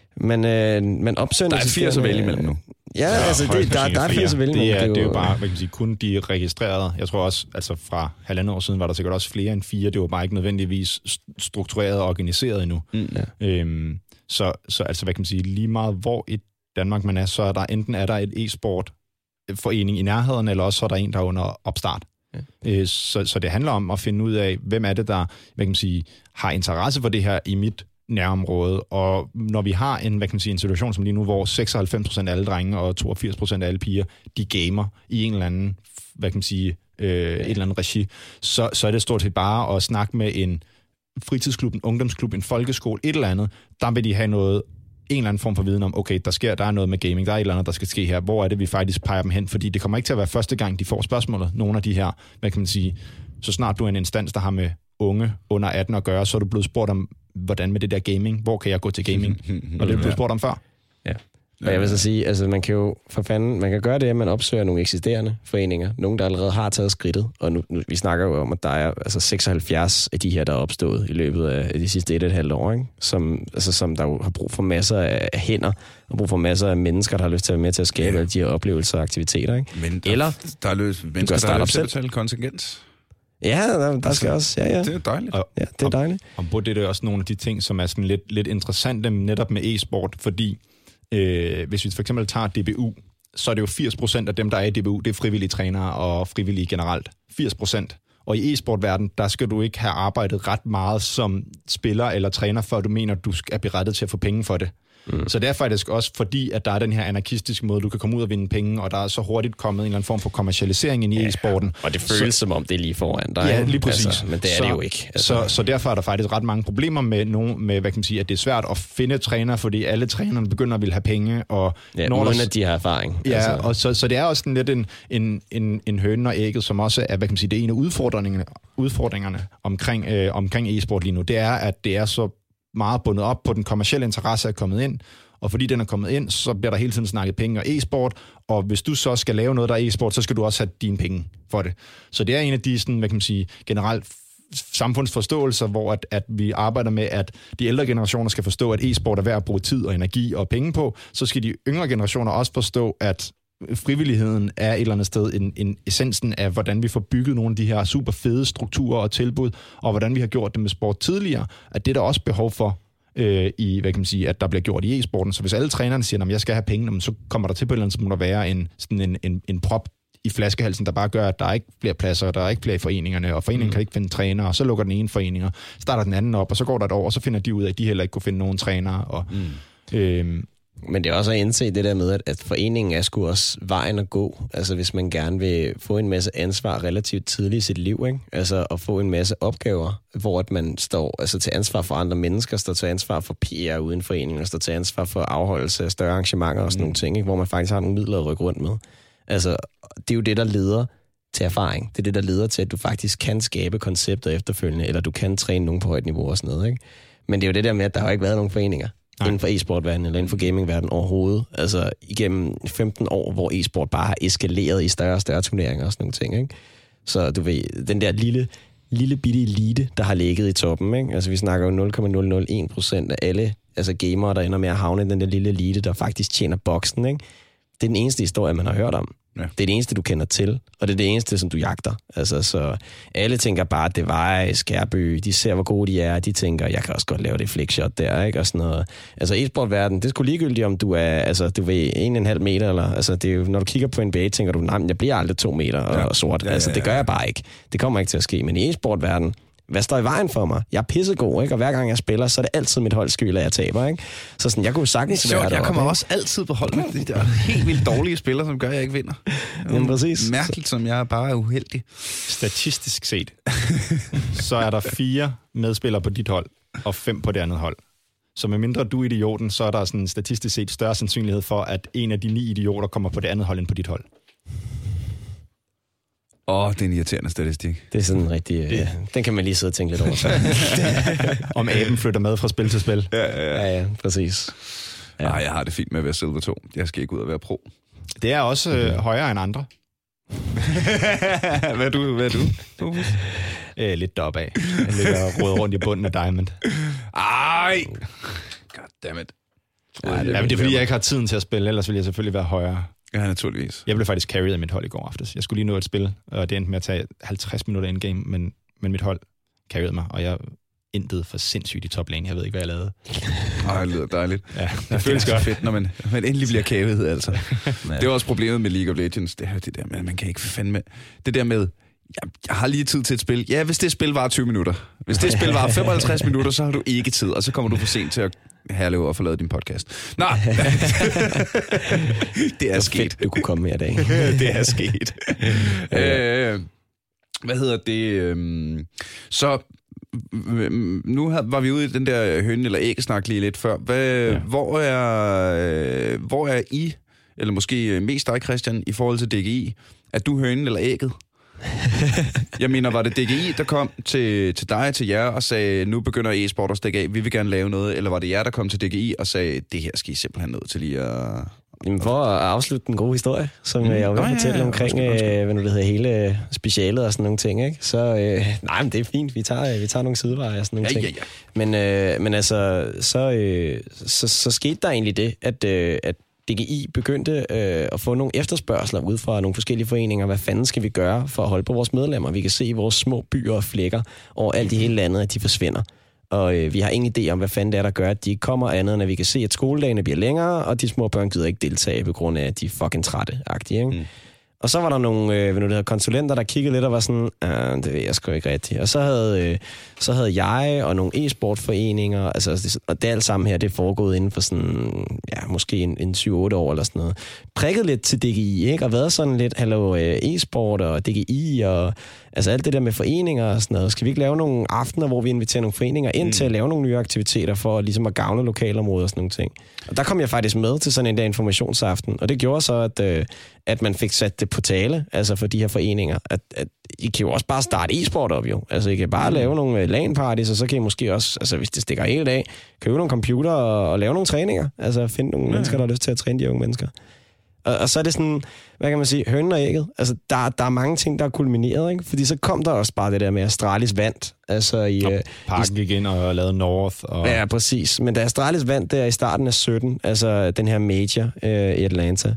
Man opsøger... Der er 80 at vælge imellem nu. Ja, altså der er 80 at vælge imellem. Det er jo bare, hvad kan man sige, kun de registrerede. Jeg tror også, altså fra 1,5 år siden var der sikkert også flere end 4. Det var bare ikke nødvendigvis struktureret og organiseret endnu. Så altså, hvad kan man sige, lige meget hvor i Danmark man er, så er der enten et e-sport-forening i nærheden, eller også så er der en, der er under opstart. Ja. Så det handler om at finde ud af, hvem er det, der hvad kan man sige, har interesse for det her i mit nærområde. Og når vi har en situation som lige nu, hvor 96% af alle drenge og 82% af alle piger, de gamer i en eller anden, hvad kan man sige, et eller andet regi, så er det stort set bare at snakke med en fritidsklub, en ungdomsklub, en folkeskole, et eller andet. Der vil de have en eller anden form for viden om, okay, der er noget med gaming, der er et eller andet, der skal ske her. Hvor er det, vi faktisk peger dem hen? Fordi det kommer ikke til at være første gang, de får spørgsmålet. Nogle af de her, hvad kan man sige, så snart du er en instans, der har med unge under 18 at gøre, så er du blevet spurgt om, hvordan med det der gaming? Hvor kan jeg gå til gaming? Og det er du blevet spurgt om før. Ja. Og jeg vil så sige, altså man kan jo man kan gøre det, at man opsøger nogle eksisterende foreninger, nogen der allerede har taget skridtet, og nu vi snakker jo om, at der er altså 76 af de her, der er opstået i løbet af de sidste 1,5 år, ikke? Som der jo har brug for masser af hænder, og brug for masser af mennesker, der har lyst til at være med til at skabe alle de her oplevelser og aktiviteter, ikke? Men der er mennesker, der har lyst til at betale kontingent. Ja, der skal også, ja. Det er dejligt. Ja, det er dejligt. Og på det er også nogle af de ting, som er sådan lidt interessante netop med e-sport, fordi hvis vi for eksempel tager DBU, så er det jo 80% af dem, der er i DBU, det er frivillige trænere og frivillige generelt. 80%. Og i e-sportverden, der skal du ikke have arbejdet ret meget som spiller eller træner, før du mener, at du er berettet til at få penge for det. Så det er faktisk også fordi, at der er den her anarkistiske måde, du kan komme ud og vinde penge, og der er så hurtigt kommet en eller anden form for kommercialisering ind i e-sporten. Og det føles som om, det er lige foran dig. Ja, lige præcis. Altså, men det er det jo ikke. Altså. Så derfor er der faktisk ret mange problemer med hvad kan man sige, at det er svært at finde træner, fordi alle trænerne begynder at ville have penge. Og uden at de har erfaring. Ja, altså. Og så det er også lidt en høne og ægget, som også er, hvad kan man sige, det er en af udfordringerne omkring e-sport lige nu. Det er, at det er så meget bundet op på den kommercielle interesse er kommet ind, og fordi den er kommet ind, så bliver der hele tiden snakket penge og e-sport, og hvis du så skal lave noget, der er e-sport, så skal du også have dine penge for det. Så det er en af de, sådan, hvad kan man sige, generelt samfundsforståelser, hvor at vi arbejder med, at de ældre generationer skal forstå, at e-sport er værd at bruge tid og energi og penge på, så skal de yngre generationer også forstå, at frivilligheden er et eller andet sted en essensen af, hvordan vi får bygget nogle af de her super fede strukturer og tilbud, og hvordan vi har gjort det med sport tidligere, at det er der også behov for, i, hvad kan man sige, at der bliver gjort i e-sporten. Så hvis alle trænerne siger, at jeg skal have penge, så kommer der til på et eller andet, så må der være en prop i flaskehalsen, der bare gør, at der ikke bliver pladser, og der er ikke flere i foreningerne, og foreningen kan ikke finde trænere, og så lukker den ene forening, og starter den anden op, og så går der et år, og så finder de ud af, at de heller ikke kunne finde nogen trænere. Og, Men det er også at indse det der med, at foreningen er sgu også vejen at gå. Altså hvis man gerne vil få en masse ansvar relativt tidligt i sit liv, ikke? Altså at få en masse opgaver, hvor at man står altså til ansvar for andre mennesker, står til ansvar for PR uden foreninger, står til ansvar for afholdelse af større arrangementer og sådan nogle ting, ikke? Hvor man faktisk har nogle midler at rykke rundt med. Altså det er jo det, der leder til erfaring. Det er det, der leder til, at du faktisk kan skabe koncepter efterfølgende, eller du kan træne nogen på højt niveau og sådan noget, ikke? Men det er jo det der med, at der har ikke været nogen foreninger inden for e-sportverdenen eller inden for gamingverdenen overhovedet. Altså igennem 15 år, hvor e-sport bare har eskaleret i større og større turneringer og sådan nogle ting, ikke? Så du ved, den der lille bitte elite, der har ligget i toppen, ikke? Altså vi snakker jo 0,001% af alle altså gamere, der ender med at havne i den der lille elite, der faktisk tjener boksen, ikke? Det er den eneste historie, man har hørt om. Ja. Det er det eneste, du kender til, og det er det eneste, som du jagter. Altså, så alle tænker bare, at det var Skærby, de ser, hvor gode de er, de tænker, jeg kan også godt lave det flickshot der, ikke? Og sådan noget. Altså, e-sportverden, det er sgu ligegyldigt, om du er, altså, du ved, 1,5 meter, eller, altså, det er jo, når du kigger på NBA, tænker du, nej, jeg bliver aldrig 2 meter og sort. Altså, det gør jeg bare ikke. Det kommer ikke til at ske, men i e-sportverden, hvad står i vejen for mig? Jeg er pissegod, ikke? Og hver gang jeg spiller, så er det altid mit holds skyld, at jeg taber, ikke? Så sådan, jeg kunne sagtens være deroppe. Jeg kommer også altid på hold med de der helt vildt dårlige spillere, som gør, at jeg ikke vinder. Jamen præcis. Mærkeligt, som jeg bare er uheldig. Statistisk set, så er der 4 medspillere på dit hold, og 5 på det andet hold. Så medmindre du er idioten, så er der sådan statistisk set større sandsynlighed for, at en af de 9 idioter kommer på det andet hold end på dit hold. Det er en irriterende statistik. Det er sådan rigtig... den kan man lige sidde og tænke lidt over. Om aben flytter med fra spil til spil. Ja, præcis. Ja. Jeg har det fint med at være Silver 2. Jeg skal ikke ud og være pro. Det er også højere end andre. Hvad er du? Lidt deroppe af. Jeg ligger og roder rundt i bunden af Diamond. Ej! Goddammit. Ja, men det er fordi, jeg ikke har tiden til at spille, ellers vil jeg selvfølgelig være højere. Ja, naturligvis. Jeg blev faktisk carried af mit hold i går aftes. Jeg skulle lige nå et spil, og det endte med at tage 50 minutter endgame, men mit hold carried mig, og jeg endte for sindssygt i toplane. Jeg ved ikke, hvad jeg lavede. Det lyder dejligt. Ja, det føles godt fedt, når man endelig bliver carried, altså. Det er også problemet med League of Legends. Det er det der med, at man kan ikke fandme... Det der med, jeg har lige tid til et spil. Ja, hvis det spil var 20 minutter. Hvis det spil var 55 minutter, så har du ikke tid, og så kommer du for sent til at herleve og forlade din podcast. Nå, det er sket. Fedt, du kunne komme mere i dag. Det er sket. Hvad hedder det? Så nu var vi ude i den der høne eller æggesnak lige lidt før. Hvor er I, eller måske mest dig, Christian, i forhold til DGI? Er du hønen eller ægget? Jeg mener, var det DGI, der kom til dig, til jer, og sagde, nu begynder e-sport at stikke af, vi vil gerne lave noget, eller var det jer, der kom til DGI og sagde, det her skal I simpelthen nødt til lige at... Jamen for at afslutte den gode historie, som jeg vil fortælle omkring hvad nu det hedder, hele specialet og sådan nogle ting, ikke? Så nej, men det er fint, vi tager nogle sideveje og sådan nogle ting. Men altså, så skete der egentlig det, at DGI begyndte at få nogle efterspørgsler ud fra nogle forskellige foreninger. Hvad fanden skal vi gøre for at holde på vores medlemmer? Vi kan se i vores små byer og flækker overalt i hele landet, at de forsvinder. Og vi har ingen idé om, hvad fanden det er, der gør, at de ikke kommer andet, end at vi kan se, at skoledagene bliver længere, og de små børn gider ikke deltage på grund af, at de er fucking trætte-agtige, ikke? Mm. Og så var der nogle konsulenter, der kiggede lidt og var sådan, det ved jeg sgu ikke rigtigt. Og så havde jeg og nogle e-sportforeninger, altså, og det alt sammen her, det er foregået inden for sådan, ja, måske en 7-8 år eller sådan noget, prikket lidt til DGI, ikke? Og været sådan lidt, hallo, e-sport og DGI og altså alt det der med foreninger og sådan noget. Skal vi ikke lave nogle aftener, hvor vi inviterer nogle foreninger ind til at lave nogle nye aktiviteter for ligesom at gavne lokalområder og sådan nogle ting? Og der kom jeg faktisk med til sådan en der informationsaften, og det gjorde så, at man fik sat det på tale, altså for de her foreninger, at I kan jo også bare starte e-sport op jo. Altså I kan bare lave nogle LAN-parties, og så kan I måske også, altså hvis det stikker helt af, købe nogle computer og lave nogle træninger. Altså finde nogle mennesker, der har lyst til at træne de unge mennesker. Og så er det sådan, hvad kan man sige, hønen og ægget. Altså, der er mange ting, der er kulmineret, ikke? Fordi så kom der også bare det der med, at Astralis vandt. Altså Parken gik ind og lavede North. Og... Ja, præcis. Men da Astralis vandt der i starten af 17, altså den her major i Atlanta,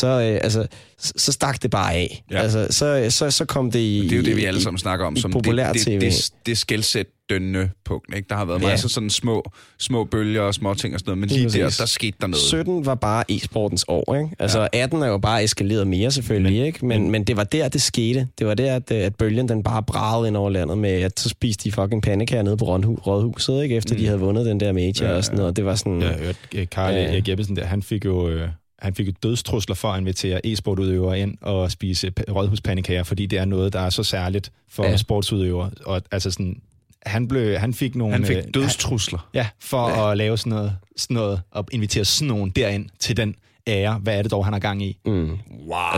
så stak det bare af. Ja. Altså, så kom det i... Det er jo det, vi alle sammen snakker om, som det skelsættende punkt. Ikke? Der har været masser sådan små bølger og små ting og sådan noget, men lige der skete der noget. 17 var bare e-sportens år, ikke? Altså 18 er jo bare eskaleret mere selvfølgelig, ikke? Men det var der, det skete. Det var der, at bølgen den bare bragede ind over landet med, at så spiste de fucking pandekager nede på Rådhuset, ikke? Efter de havde vundet den der major og sådan noget. Det var sådan... Jeg hørte Karl Erik Jeppesen der, han fik jo dødstrusler for at invitere e-sportudøvere ind og spise rådhuspandekager, fordi det er noget, der er så særligt for sportsudøvere. Og altså sådan, han fik dødstrusler. For at lave sådan noget, og invitere sådan nogen derind til den ære. Hvad er det dog, han har gang i? Wow. Og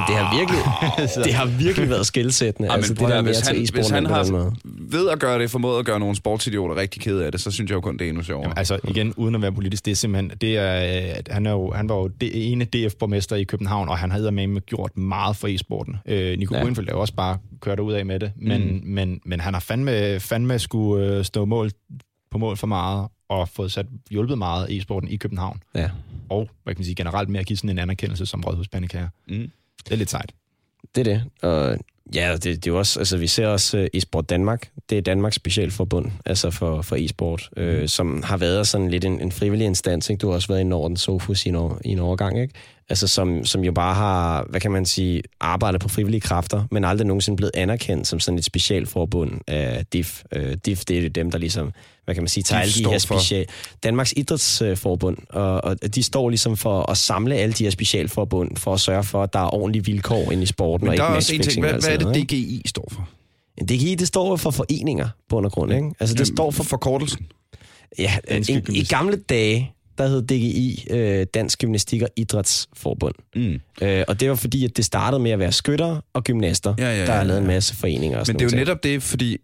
det har virkelig været skelsættende. Ja, altså, det der, hvis han har ved at gøre det, formået at gøre nogle sportsidioter rigtig kede af det, så synes jeg jo kun, det er endnu sjovere. Jamen, altså igen, uden at være politisk, det er simpelthen, han var jo det ene DF-borgmester i København, og han havde med gjort meget for e-sporten. Nico Grønfeldt er også bare kørt ud af med det, men han har fandme skulle stå på mål for meget, og fået hjulpet meget e-sporten i København. Ja. Og, hvad kan man sige, generelt med at give sådan en anerkendelse som rådhuspandekager. Det er lidt sejt. Det er det. Og ja, det er jo også, altså vi ser også e-sport Danmark. Det er Danmarks specialforbund, altså for e-sport, som har været sådan lidt en frivillig instans, ikke? Du har også været i Norden Sofus i en overgang, ikke? Altså som jo bare har, hvad kan man sige, arbejdet på frivillige kræfter, men aldrig nogensinde blevet anerkendt som sådan et specialforbund af DIF. DIF, det er dem, der ligesom, hvad kan man sige, tager alle de her Danmarks Idrætsforbund, og de står ligesom for at samle alle de her specialforbund, for at sørge for, at der er ordentlige vilkår inde i sporten. Men og der ikke er også en ting, hvad er det DGI står for? DGI, det står for foreninger, på grund, ikke? Altså det står for forkortelsen. Ja, i gamle dage, der hed DGI, Dansk Gymnastik og Idrætsforbund. Og det var fordi, at det startede med at være skytter og gymnaster, der har lavet en masse foreninger. Og men det er jo netop det, fordi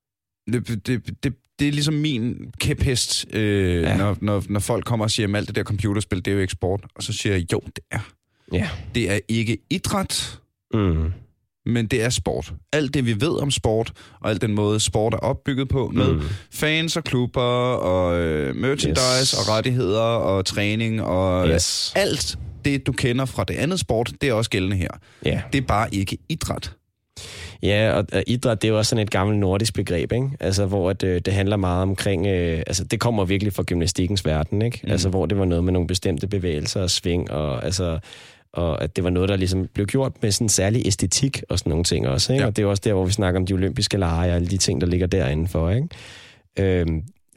det er ligesom min kæphest, når folk kommer og siger, at alt det der computerspil, det er jo ikke sport. Og så siger jeg, jo, det er. Ja. Det er ikke idræt, men det er sport. Alt det, vi ved om sport, og alt den måde, sport er opbygget på, med fans og klubber, og merchandise, og rettigheder, og træning, og alt det, du kender fra det andet sport, det er også gældende her. Yeah. Det er bare ikke idræt. Ja, og idræt, det er jo også sådan et gammelt nordisk begreb, ikke? Altså, hvor det handler meget omkring... altså, det kommer virkelig fra gymnastikkens verden, ikke? Altså, hvor det var noget med nogle bestemte bevægelser og sving, og at det var noget, der ligesom blev gjort med sådan en særlig æstetik og sådan nogle ting også, ikke? Ja. Og det er også der, hvor vi snakker om de olympiske lege og alle de ting, der ligger derinde for, ikke?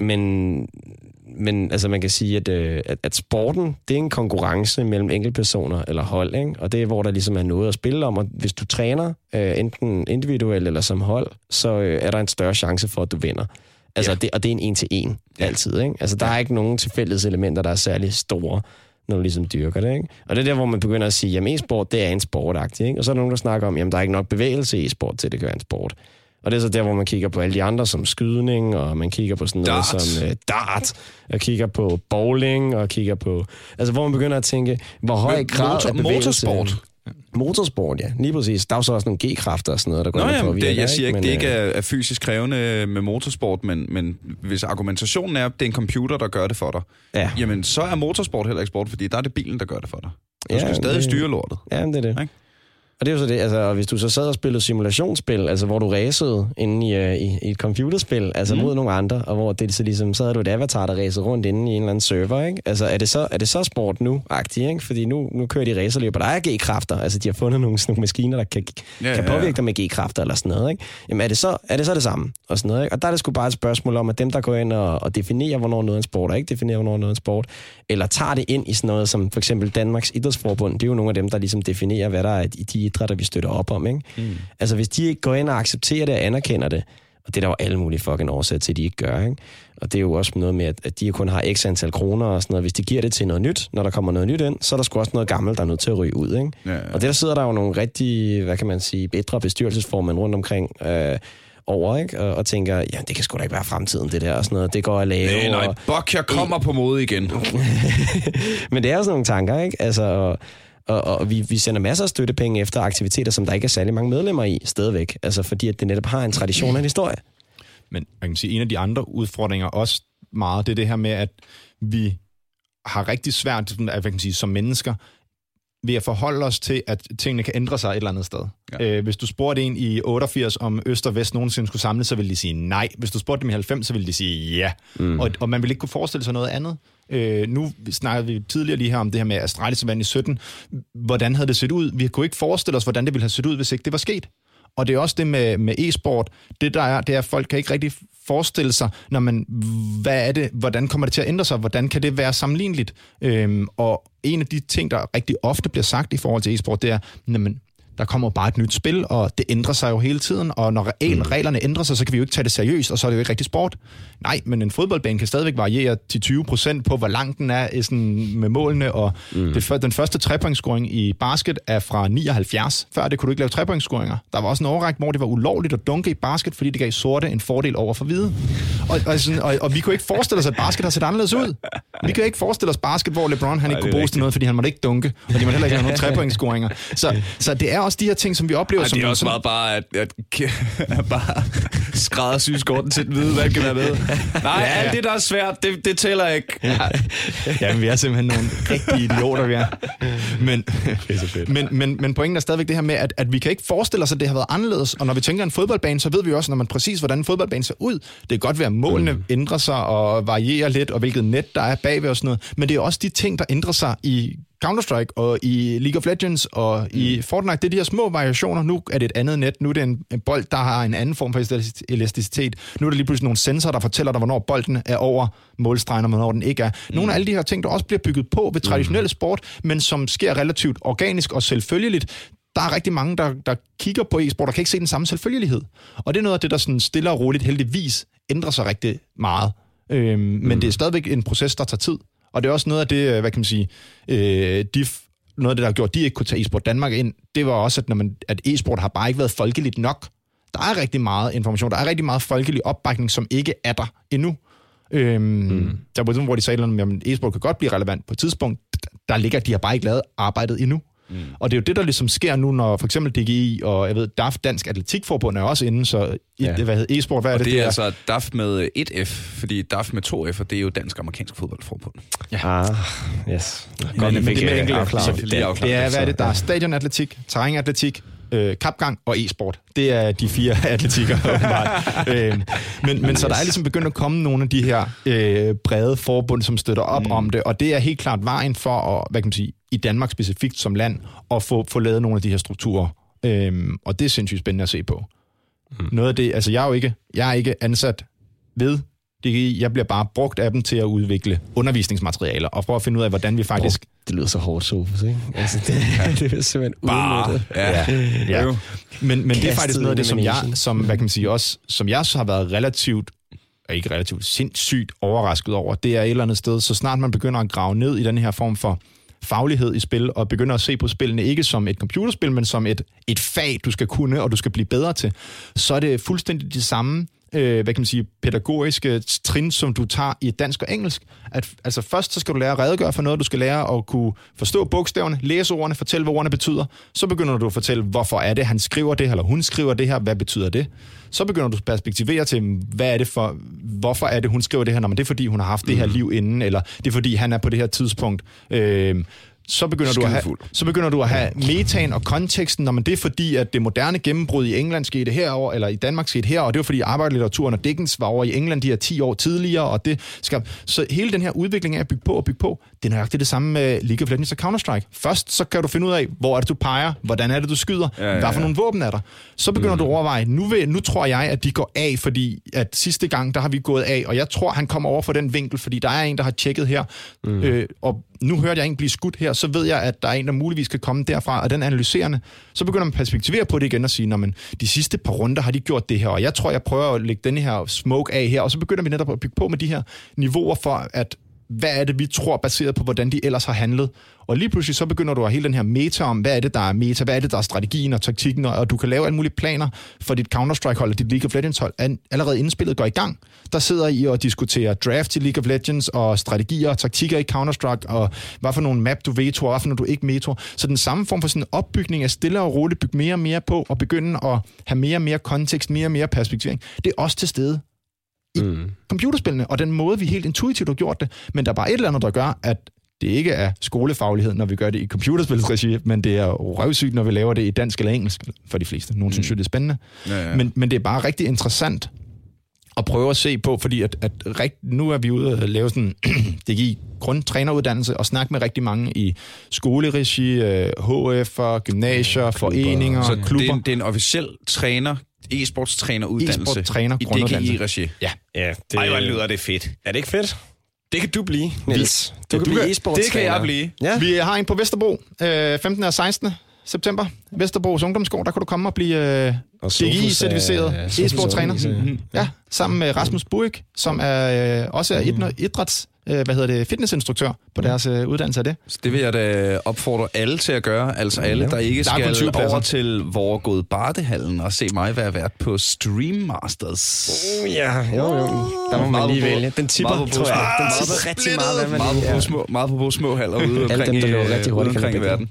Men altså man kan sige, at sporten, det er en konkurrence mellem enkeltpersoner eller hold, ikke? Og det er, hvor der ligesom er noget at spille om, og hvis du træner enten individuelt eller som hold, så er der en større chance for, at du vinder. Altså, og det er en 1-til-1 altid, ikke? Altså, der er ikke nogen tilfældighedselementer, der er særlig store, når du ligesom dyrker det, ikke? Og det er der, hvor man begynder at sige, jamen e-sport, det er en sportagtig, ikke? Og så er der nogen, der snakker om, jamen der er ikke nok bevægelse i e-sport til, det kan være en sport. Og det er så der, hvor man kigger på alle de andre, som skydning, og man kigger på sådan noget som dart, og kigger på bowling, og kigger på... Altså, hvor man begynder at tænke, hvor høj grad af bevægelse... Motorsport. Motorsport, ja. Lige præcis. Der er jo så også nogle G-kræfter og sådan noget, der går ind på. Jeg siger ikke, det ikke er fysisk krævende med motorsport, men hvis argumentationen er, at det er en computer, der gør det for dig, jamen så er motorsport heller ikke sport, fordi der er det bilen, der gør det for dig. Du skal stadig styre lortet. Ja, det er det. Ikke? Og det er jo så det, altså, og hvis du så sad og spillede simulationsspil, altså hvor du racede inde i et computerspil, altså mod nogle andre, og hvor det så ligesom, så havde du et avatar, der racede rundt inde i en eller anden server, ikke? Altså er det så sport nu-agtigt, ikke? Fordi nu kører de racerløb, og der er G-kræfter, altså de har fundet nogle maskiner, der kan påvirke dig med G-kræfter eller sådan noget, ikke? Jamen er det så det samme, og sådan noget, ikke? Og der er det sgu bare et spørgsmål om, at dem, der går ind og definerer, hvornår noget er en sport, og ikke definerer, hvornår noget er en sport, eller tager det ind i sådan noget som for eksempel Danmarks Idrætsforbund, det er jo nogle af dem, der ligesom definerer, hvad der er i de idrætter, vi støtter op om, ikke? Altså, hvis de ikke går ind og accepterer det og anerkender det, og det er der jo alle mulige fucking årsager til, at de ikke gør, ikke? Og det er jo også noget med, at de kun har x antal kroner og sådan noget. Hvis de giver det til noget nyt, når der kommer noget nyt ind, så er der sgu også noget gammelt, der er nødt til at ryge ud, ikke? Ja. Og der sidder der jo nogle rigtig, hvad kan man sige, bedre bestyrelsesformænd rundt omkring over, ikke? Og tænker, ja, det kan sgu da ikke være fremtiden, det der og sådan noget. Det går at lave. Nej, Bok, jeg kommer på mode igen. Men det er jo sådan nogle tanker, ikke? Altså, Og vi sender masser af støttepenge efter aktiviteter, som der ikke er særlig mange medlemmer i, stadigvæk. Altså fordi, at det netop har en tradition og en historie. Men man kan sige, en af de andre udfordringer også meget, det er det her med, at vi har rigtig svært, hvad kan man sige, som mennesker, ved at forholde os til, at tingene kan ændre sig et eller andet sted. Ja. Hvis du spurgte en i 88, om Øst og Vest nogensinde skulle samles, så ville de sige nej. Hvis du spurgte dem i 90, så ville de sige ja. Og man ville ikke kunne forestille sig noget andet. Nu snakkede vi tidligere lige her om det her med Astralis vand i 17. Hvordan havde det set ud? Vi kunne ikke forestille os, hvordan det ville have set ud, hvis ikke det var sket. Og det er også det med e-sport. Det er, at folk kan ikke rigtig forestille sig, når man, hvad er det, hvordan kommer det til at ændre sig, hvordan kan det være sammenligneligt? Og en af de ting, der rigtig ofte bliver sagt i forhold til e-sport, det er, jamen, der kommer bare et nyt spil, og det ændrer sig jo hele tiden, og når reglerne ændrer sig, så kan vi jo ikke tage det seriøst, og så er det jo ikke rigtig sport. Nej, men en fodboldbane kan stadigvæk variere til 20% på, hvor lang den er sådan, med målene, og den første trepointsscoring i basket er fra 79. Før det kunne du ikke lave trepointsscoringer. Der var også en overrække, hvor det var ulovligt at dunke i basket, fordi det gav sorte en fordel over for hvide. Og vi kunne ikke forestille os, at basket har set anderledes ud. Vi kan ikke forestille os basket, hvor LeBron han ikke kunne bruges til noget, fordi han måtte ikke dunke, og de måtte heller ikke have nogen trepointsscoringer. Så det er også de her ting, som vi oplever. Det er også meget bare, at bare skræddersy skorten til den hvide, hvad kan være med. Nej, alt det, der er svært, det tæller ikke. Ja, men vi er simpelthen nogle rigtige idioter, vi er. Men pointen er stadigvæk det her med, at vi kan ikke forestille os, at det har været anderledes. Og når vi tænker en fodboldbane, så ved vi også, når man præcis, hvordan en fodboldbane ser ud. Det kan godt være, at målene ændrer sig og varierer lidt, og hvilket net der er bagved og sådan noget. Men det er også de ting, der ændrer sig i Counter-Strike og i League of Legends og i Fortnite. Det er de her små variationer. Nu er det et andet net. Nu er det en bold, der har en anden form for elasticitet. Nu er der lige pludselig nogle sensorer, der fortæller dig, hvornår bolden er over målstregen, og hvornår den ikke er. Nogle af alle de her ting, der også bliver bygget på ved traditionelle sport, men som sker relativt organisk og selvfølgeligt. Der er rigtig mange, der kigger på e-sport og kan ikke se den samme selvfølgelighed. Og det er noget af det, der sådan stille og roligt heldigvis ændrer sig rigtig meget. Men det er stadigvæk en proces, der tager tid. Og det er også noget af det, hvad kan man sige, noget af det, der har gjort, de ikke kunne tage e-sport Danmark ind, det var også, at e-sport har bare ikke været folkeligt nok. Der er rigtig meget information, der er rigtig meget folkelig opbakning, som ikke er der endnu. Der var hvor de sagde, at e-sport kan godt blive relevant på et tidspunkt. Der ligger, de har bare ikke lavet arbejdet endnu. Og det er jo det, der ligesom sker nu, når for eksempel DGI og jeg ved, DAF, Dansk Atletikforbund, er også inde, så hvad hedder e-sport, hvad er det? Og det er altså DAF med 1F, fordi DAF med 2F, og det er jo Dansk-Amerikansk Fodboldforbund. Ja. Yes. Men det er, hvad er det? Der er stadionatletik, terrænatletik, kapgang og e-sport. Det er de 4 atletikker. Men så der er ligesom begyndt at komme nogle af de her brede forbund, som støtter op om det, og det er helt klart vejen for at, hvad kan man sige, i Danmark specifikt som land, at få lavet nogle af de her strukturer. Og det er sindssygt spændende at se på. Noget af det, altså jeg er ikke ansat ved DGI, jeg bliver bare brugt af dem til at udvikle undervisningsmaterialer, og prøve at finde ud af, hvordan vi faktisk... Det lyder så hårdt, Sofus, ikke? Altså, det er simpelthen udnyttet. Ja. Men det er faktisk noget af det, som hvad kan man sige, også, som jeg så har været relativt sindssygt overrasket over. Det er et eller andet sted, så snart man begynder at grave ned i den her form for faglighed i spil, og begynder at se på spillene ikke som et computerspil, men som et fag, du skal kunne, og du skal blive bedre til, så er det fuldstændig det samme, hvad kan man sige, pædagogiske trin, som du tager i dansk og engelsk. Altså først så skal du lære at redegøre for noget, du skal lære at kunne forstå bogstaverne, læse ordene, fortælle, hvad ordene betyder. Så begynder du at fortælle, hvorfor er det, han skriver det her, eller hun skriver det her, hvad betyder det? Så begynder du at perspektivere til, hvorfor er det, hun skriver det her, når det er fordi, hun har haft det her liv inden, eller det er fordi, han er på det her tidspunkt. Så begynder du at have metaen og konteksten, når man det er fordi, at det moderne gennembrud i England skete herover, eller i Danmark skete her, og det var fordi arbejderlitteraturen og Dickens var over i England de her 10 år tidligere, og det skal... Så hele den her udvikling af at bygge på, det er nøjagtigt det samme med League of Legends og Counter-Strike. Først så kan du finde ud af, hvor er det du peger, hvordan er det du skyder, hvad for nogle våben er der. Så begynder du at overveje, nu tror jeg, at de går af, fordi at sidste gang, der har vi gået af, og jeg tror, han kommer over for den vinkel, fordi der er en, der har tjekket her, og nu hørte jeg en blive skudt her, så ved jeg, at der er en, der muligvis kan komme derfra, og den analyserende, så begynder man at perspektivere på det igen og sige, men de sidste par runder har de gjort det her, og jeg tror, jeg prøver at lægge denne her smoke af her, og så begynder vi netop at bygge på med de her niveauer for, at hvad er det, vi tror, baseret på, hvordan de ellers har handlet. Og lige pludselig så begynder du at hele den her meta om, hvad er det, der er meta, hvad er det, der er strategien og taktikken, og du kan lave alle mulige planer for dit Counter-Strike-hold og dit League of Legends-hold. Allerede inden spillet går i gang, der sidder I og diskuterer draft i League of Legends, og strategier og taktikker i Counter-Strike, og hvad for nogle map du veto, og hvad for nogle du ikke veto. Så den samme form for sådan en opbygning af stille og roligt, bygge mere og mere på, og begynde at have mere og mere kontekst, mere og mere perspektivering. Det er også til stede i computerspillene, og den måde, vi helt intuitivt har gjort det. Men der er bare et eller andet, der gør, at det ikke er skolefaglighed, når vi gør det i computerspilsregi, men det er røvsygt, når vi laver det i dansk eller engelsk, for de fleste. Nogle synes jo, det er spændende. Ja. Men det er bare rigtig interessant at prøve at se på, fordi nu er vi ude og lave sådan DGI grundtræneruddannelse og snakke med rigtig mange i skoleregi, HF'er, gymnasier, foreninger, så klubber. Det er en officiel e-sportstræneruddannelse e-sportstræner i DGI-regi. Ja. Ej, hvor lyder det fedt. Er det ikke fedt? Det kan du blive, Niels. Du kan blive e-sportstræner. Det kan jeg blive. Ja. Vi har en på Vesterbro, 15. og 16. september. Vesterbros Ungdomsgård, der kan du komme og blive DGI-certificeret e-sporttræner. Ja, sammen med Rasmus Buik, som er også er idræts fitnessinstruktør på deres uddannelse af det. Så det vil jeg da opfordre alle til at gøre, altså alle, der ikke skal over til Vorgod Bardehallen og se mig være vært på Stream Masters. Ja, jo. Der må man lige vælge. Den tipper, tror jeg. Den tipper rigtig meget, meget på små haller ude omkring i verden.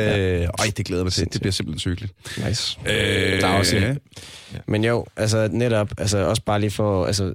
Det glæder mig til. Det bliver simpelthen sykkeligt. Nice. Der er også men jo, altså netop, altså også bare lige for, altså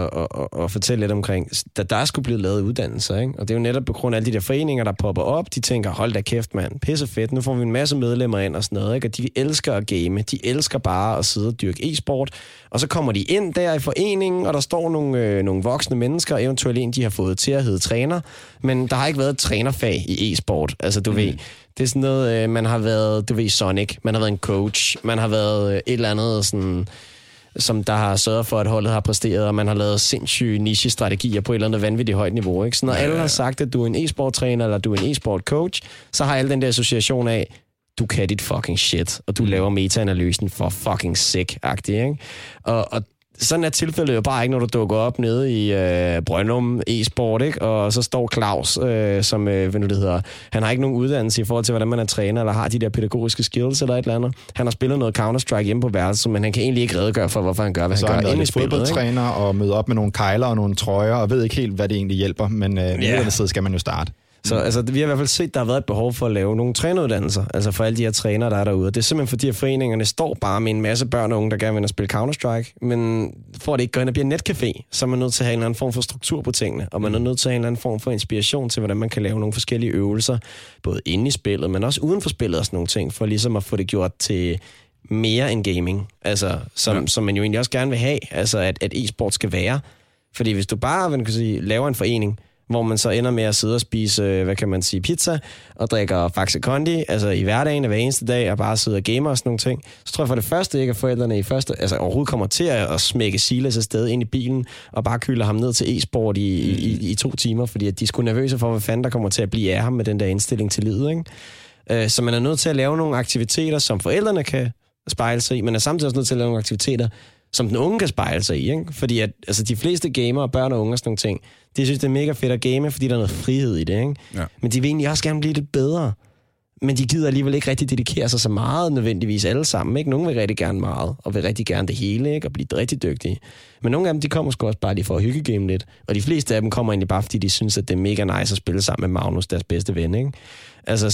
og fortælle lidt omkring, der er sgu blevet lavet uddannelser, ikke? Og det er jo netop på grund af alle de der foreninger, der popper op, de tænker, hold da kæft, mand, pisse fedt, nu får vi en masse medlemmer ind og sådan noget, ikke? Og de elsker at game, de elsker bare at sidde og dyrke e-sport, og så kommer de ind der i foreningen, og der står nogle voksne mennesker, eventuelt en, de har fået til at hedde træner, men der har ikke været et trænerfag i e-sport, altså du ved, det er sådan noget, man har været, du ved, Sonic, man har været en coach, man har været et eller andet sådan, som der har sørget for, at holdet har præsteret, og man har lavet sindssyge niche-strategier på et eller andet vanvittigt højt niveau. Ikke? Så når alle har sagt, at du er en e-sport-træner, eller du er en e-sport-coach, så har alle den der association af, du kan dit fucking shit, og du laver meta-analysen for fucking sick-agtigt. Ikke? Og sådan er tilfældet jo bare ikke, når du dukker op nede i Brøndum e-sport, ikke? Og så står Claus, som, hvad nu det hedder, han har ikke nogen uddannelse i forhold til, hvordan man er træner, eller har de der pædagogiske skills eller et eller andet. Han har spillet noget Counter-Strike hjemme på værelset, men han kan egentlig ikke redegøre for, hvorfor han gør, hvad han gør inde i spillet. Så han er fodboldtræner og møder op med nogle kejler og nogle trøjer, og ved ikke helt, hvad det egentlig hjælper, men et eller andet sted skal man jo starte. Så altså, vi har i hvert fald set, at der har været et behov for at lave nogle træneruddannelser, altså for alle de her trænere, der er derude. Det er simpelthen fordi, at foreningerne står bare med en masse børn og unge, der gerne vil spille Counter-Strike, men for at det ikke går ind og bliver netcafé, så er man nødt til at have en eller anden form for struktur på tingene, og man er nødt til at have en eller anden form for inspiration til, hvordan man kan lave nogle forskellige øvelser, både inde i spillet, men også uden for spillet og sådan nogle ting, for ligesom at få det gjort til mere end gaming, altså som man jo egentlig også gerne vil have, altså at e-sport skal være. Fordi hvis du bare, hvad man kan sige, laver en forening, hvor man så ender med at sidde og spise, hvad kan man sige, pizza, og drikker Faxe Kondi, altså i hverdagen hver eneste dag, og bare sidder og gamer og sådan nogle ting, så tror jeg for det første ikke, at forældrene overhovedet kommer til at smække Silas afsted ind i bilen, og bare kylder ham ned til e-sport i 2 timer, fordi at de er sgu nervøse for, hvad fanden der kommer til at blive af ham med den der indstilling til livet, ikke? Så man er nødt til at lave nogle aktiviteter, som forældrene kan spejle sig i, men er samtidig også nødt til at lave nogle aktiviteter, som den unge kan spejle sig i, ikke? Fordi at, altså, de fleste gamere, børn og unge og sådan nogle ting, de synes, det er mega fedt at game, fordi der er noget frihed i det, ikke? Ja. Men de vil egentlig også gerne blive lidt bedre. Men de gider alligevel ikke rigtig dedikere sig så meget, nødvendigvis alle sammen, ikke? Nogle vil rigtig gerne meget, og vil rigtig gerne det hele, ikke? Og blive rigtig dygtige. Men nogle af dem, de kommer sgu også bare lige for at hyggegame lidt. Og de fleste af dem kommer egentlig bare, fordi de synes, at det er mega nice at spille sammen med Magnus, deres bedste ven, ikke? Altså,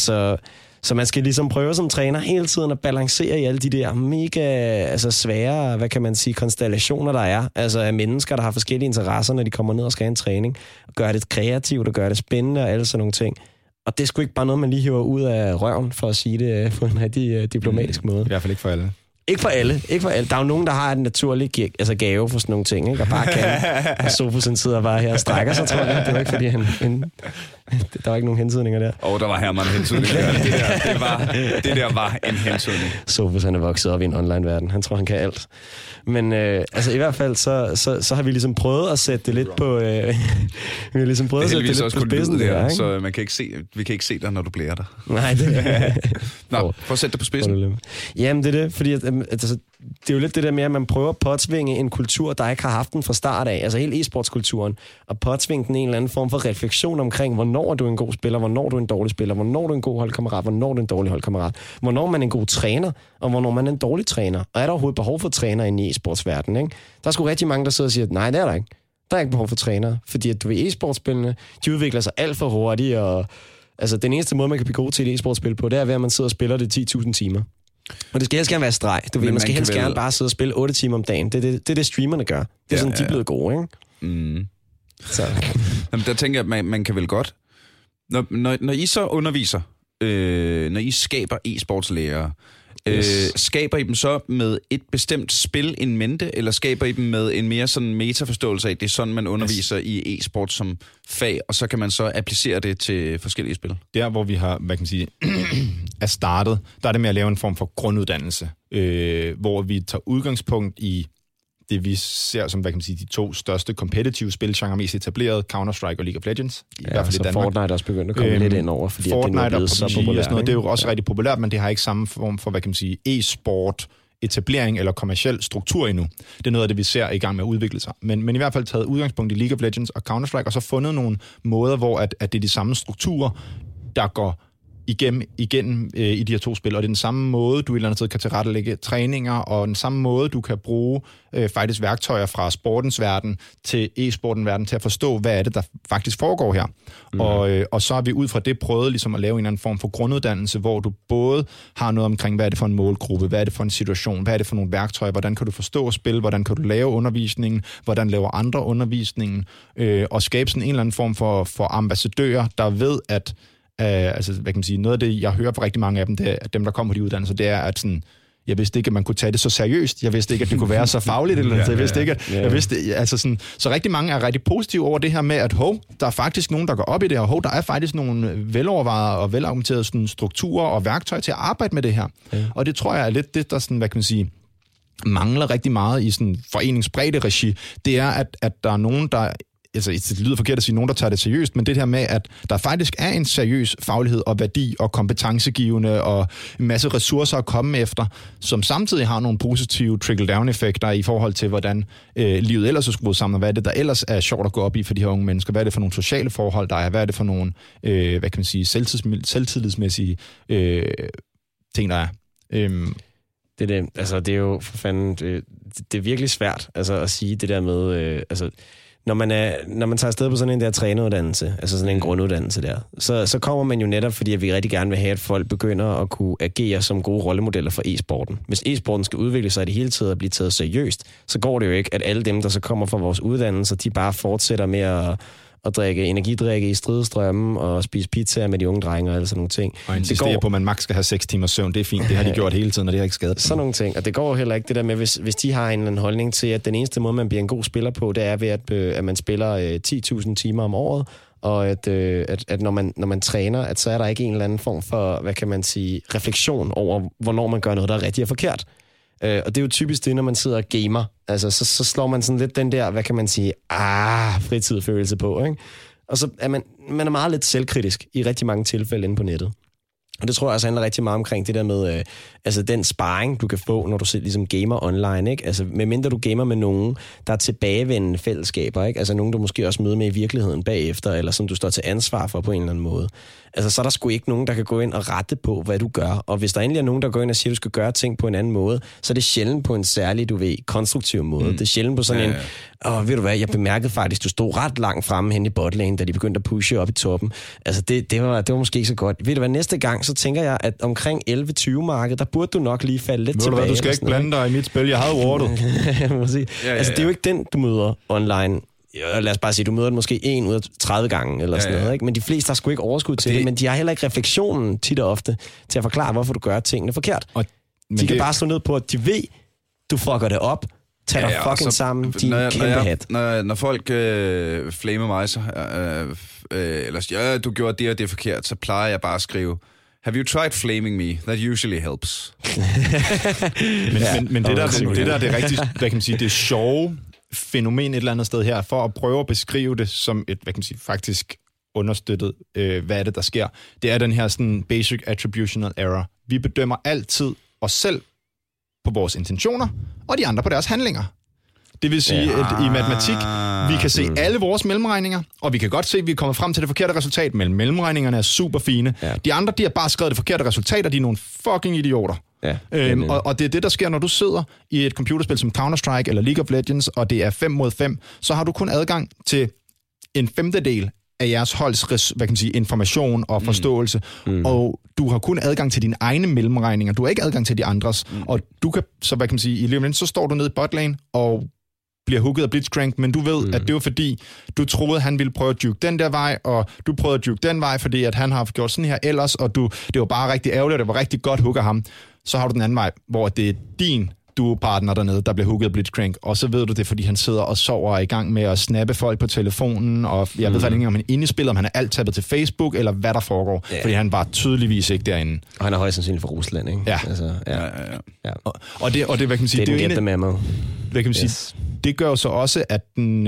så man skal ligesom prøve som træner hele tiden at balancere i alle de der mega svære, hvad kan man sige, konstellationer, der er. Altså af mennesker, der har forskellige interesser, når de kommer ned og skal have en træning. Og gøre det kreativt og gøre det spændende og alle sådan nogle ting. Og det er sgu ikke bare noget, man lige hiver ud af røven, for at sige det på en rigtig diplomatisk måde. I hvert fald ikke for alle. Ikke for alle. Der er jo nogen, der har en naturlig gave for sådan nogle ting, ikke? Og bare kan. Og Sofusen sidder bare her og strækker sig, tror jeg. Det var ikke, fordi der var ikke nogen hentydninger der. Der var Herman hentydninger. Det der var en hentydning. Sofus, han er vokset op i en online-verden. Han tror, han kan alt. Men i hvert fald, så har vi ligesom prøvet at sætte det lidt på... vi har ligesom prøvet at sætte det lidt på spidsen der, ikke? Så vi kan ikke se dig, når du blærer dig. Nej, det... Nå, for at sætte det på spidsen. Jamen, det er det, fordi det er jo lidt det der med, at man prøver at påtvinge en kultur, der ikke har haft den fra start af, altså hele e-sportskulturen, og påtvinge den en eller anden form for refleksion omkring, hvornår du er en god spiller, hvornår du er en dårlig spiller, hvornår du er en god holdkammerat, hvornår du er en dårlig holdkammerat, hvornår man er en god træner, og hvornår man er en dårlig træner. Og er der overhovedet behov for træner inde i e-sportsverdenen, ikke? Der er sgu rigtig mange, der sidder og siger, nej, det er der ikke. Der er ikke behov for trænere, fordi at du ved, e-sportspillene, de udvikler sig alt for hurtigt, og altså den eneste måde, man kan blive god til et e-sportspil på, det er ved, at man sidder og spiller det 10.000 timer. Og det skal helst gerne være streg. Du ved, man skal helst gerne bare sidde og spille 8 timer om dagen. Det er det, streamerne gør. Det er sådan, de er blevet gode, ikke? Mm. Så. Jamen, der tænker jeg, at man kan vel godt... Når I så underviser, når I skaber e-sportslærere, skaber I dem så med et bestemt spil in mente, eller skaber I dem med en mere sådan metaforståelse af, det er sådan, man underviser i e-sport som fag, og så kan man så applicere det til forskellige spil? Der, hvor vi har, hvad kan man sige, er startet, der er det med at lave en form for grunduddannelse, hvor vi tager udgangspunkt i det, vi ser som, hvad kan man sige, de 2 største competitive spilgenre mest etableret, Counter-Strike og League of Legends. I hvert fald i Danmark. Fortnite er også begyndt at komme lidt ind over, fordi Fortnite det er blevet så populært. Og det er jo også rigtig populært, men det har ikke samme form for, hvad kan man sige, e-sport, etablering eller kommerciel struktur endnu. Det er noget af det, vi ser i gang med at udvikle sig. Men i hvert fald taget udgangspunkt i League of Legends og Counter-Strike, og så fundet nogle måder, hvor at det er de samme strukturer, der går igennem i de her 2 spil, og det er den samme måde, du i et eller andet sted kan tilrettelægge træninger, og den samme måde, du kan bruge faktisk værktøjer fra sportens verden til e-sportens verden til at forstå, hvad er det, der faktisk foregår her. Mm. Og så har vi ud fra det prøvet ligesom at lave en eller anden form for grunduddannelse, hvor du både har noget omkring, hvad er det for en målgruppe, hvad er det for en situation, hvad er det for nogle værktøjer, hvordan kan du forstå at spille, hvordan kan du lave undervisningen, hvordan laver andre undervisningen, og skabe sådan en eller anden form for ambassadører, der ved, at altså, hvad kan man sige, noget af det, jeg hører fra rigtig mange af dem, det er, at dem, der kommer på de uddannelser, det er, at sådan, jeg vidste ikke, at man kunne tage det så seriøst. Jeg vidste ikke, at det kunne være så fagligt. Eller jeg vidste ikke, at jeg vidste, altså sådan, så rigtig mange er rigtig positive over det her med, at der er faktisk nogen, der går op i det, og der er faktisk nogle velovervejede og velargumenterede sådan, strukturer og værktøjer til at arbejde med det her. Ja. Og det tror jeg er lidt det, der sådan, hvad kan man sige, mangler rigtig meget i sådan foreningsbredde regi. Det er, at der er nogen, der altså, det lyder forkert at sige nogen, der tager det seriøst, men det her med, at der faktisk er en seriøs faglighed og værdi og kompetencegivende og en masse ressourcer at komme efter, som samtidig har nogle positive trickle-down-effekter i forhold til, hvordan livet ellers er skruet sammen, og hvad er det, der ellers er sjovt at gå op i for de her unge mennesker, hvad er det for nogle sociale forhold, der er, hvad er det for nogle, hvad kan man sige, selvtillidsmæssige ting, der er. Det er jo for fanden, det er virkelig svært altså, at sige det der med, når man tager afsted på sådan en der træneruddannelse, altså sådan en grunduddannelse der, så kommer man jo netop, fordi vi rigtig gerne vil have, at folk begynder at kunne agere som gode rollemodeller for e-sporten. Hvis e-sporten skal udvikle sig i det hele taget og blive taget seriøst, så går det jo ikke, at alle dem, der så kommer fra vores uddannelser, de bare fortsætter med at drikke energidrikke i stridestrømme og spise pizza med de unge drenge og alle sådan nogle ting. Og insistere på, at man maks skal have 6 timers søvn. Det er fint. Det har de gjort hele tiden, og det har ikke skadet. Sådan nogle ting. Og det går heller ikke det der med, hvis de har en eller anden holdning til, at den eneste måde, man bliver en god spiller på, det er ved, at man spiller 10.000 timer om året, og at når man træner, at så er der ikke en eller anden form for, hvad kan man sige, refleksion over, hvornår man gør noget, der er rigtigt og forkert. Og det er jo typisk det, når man sidder og gamer. Altså, så slår man sådan lidt den der, hvad kan man sige, fritidfølelse på, ikke? Og så er man er meget lidt selvkritisk i rigtig mange tilfælde inde på nettet. Og det tror jeg også handler rigtig meget omkring det der med, altså den sparring, du kan få, når du ligesom gamer online, ikke? Altså, medmindre du gamer med nogen, der er tilbagevendende fællesskaber, ikke? Altså nogen, du måske også møder med i virkeligheden bagefter, eller som du står til ansvar for på en eller anden måde. Altså, så er der sgu ikke nogen, der kan gå ind og rette på, hvad du gør. Og hvis der endelig er nogen, der går ind og siger, at du skal gøre ting på en anden måde, så er det sjældent på en særlig, konstruktiv måde. Det er sjældent på sådan en, ved du hvad, jeg bemærkede faktisk, du stod ret langt fremme hen i botlane, da de begyndte at pushe op i toppen. Altså, det var måske ikke så godt. Ved du hvad, næste gang, så tænker jeg, at omkring 11-20-markedet, der burde du nok lige falde lidt tilbage. Du skal ikke blande dig i mit spil, jeg havde wardet. Altså, det er jo ikke den, du møder online. Lad os bare sige, du møder den måske 1 ud af 30 gange, eller sådan noget, ikke? Men de fleste har sgu ikke overskud til det, men de har heller ikke refleksionen tit og ofte til at forklare, hvorfor du gør tingene forkert. De kan bare slå ned på, at de ved, du fucker det op, tag dig fucking sammen, din kæmpe hat. Når folk flamer mig, så, eller siger, du gjorde det og det forkert, så plejer jeg bare at skrive, have you tried flaming me? That usually helps. men det der er det rigtige, hvad kan man sige, det sjove fænomen et eller andet sted her, for at prøve at beskrive det som et, hvad kan man sige, faktisk understøttet, hvad er det, der sker. Det er den her sådan basic attributional error. Vi bedømmer altid os selv på vores intentioner, og de andre på deres handlinger. Det vil sige, at i matematik, vi kan se alle vores mellemregninger, og vi kan godt se, at vi er kommet frem til det forkerte resultat, men mellemregningerne er super fine. Ja. De andre, de har bare skrevet det forkerte resultat, og de er nogle fucking idioter. Ja, og det er det, der sker, når du sidder i et computerspil som Counter-Strike eller League of Legends, og det er 5 mod 5, så har du kun adgang til en femtedel af jeres holds, information og forståelse, og du har kun adgang til dine egne mellemregninger. Du har ikke adgang til de andres, og du kan, så i League of Legends, så står du nede i botlane og bliver hooket af Blitzcrank, men du ved, at det var fordi, du troede, han ville prøve at juke den der vej, og du prøvede at juke den vej, fordi at han har gjort sådan her ellers, og det var bare rigtig ærgerligt, og det var rigtig godt hooker ham. Så har du den anden vej, hvor det er din duopartner dernede, der bliver hooket af Blitzcrank, og så ved du det, fordi han sidder og sover og er i gang med at snappe folk på telefonen, og jeg ved faktisk ikke, om han er inde i spillet, om han er alt tappet til Facebook, eller hvad der foregår, fordi han var tydeligvis ikke derinde. Og han er højst sandsynligt fra Rusland, ikke? Ja. Altså, ja. Og det, hvad kan man sige, det er jo hvad kan man sige, det gør jo så også, at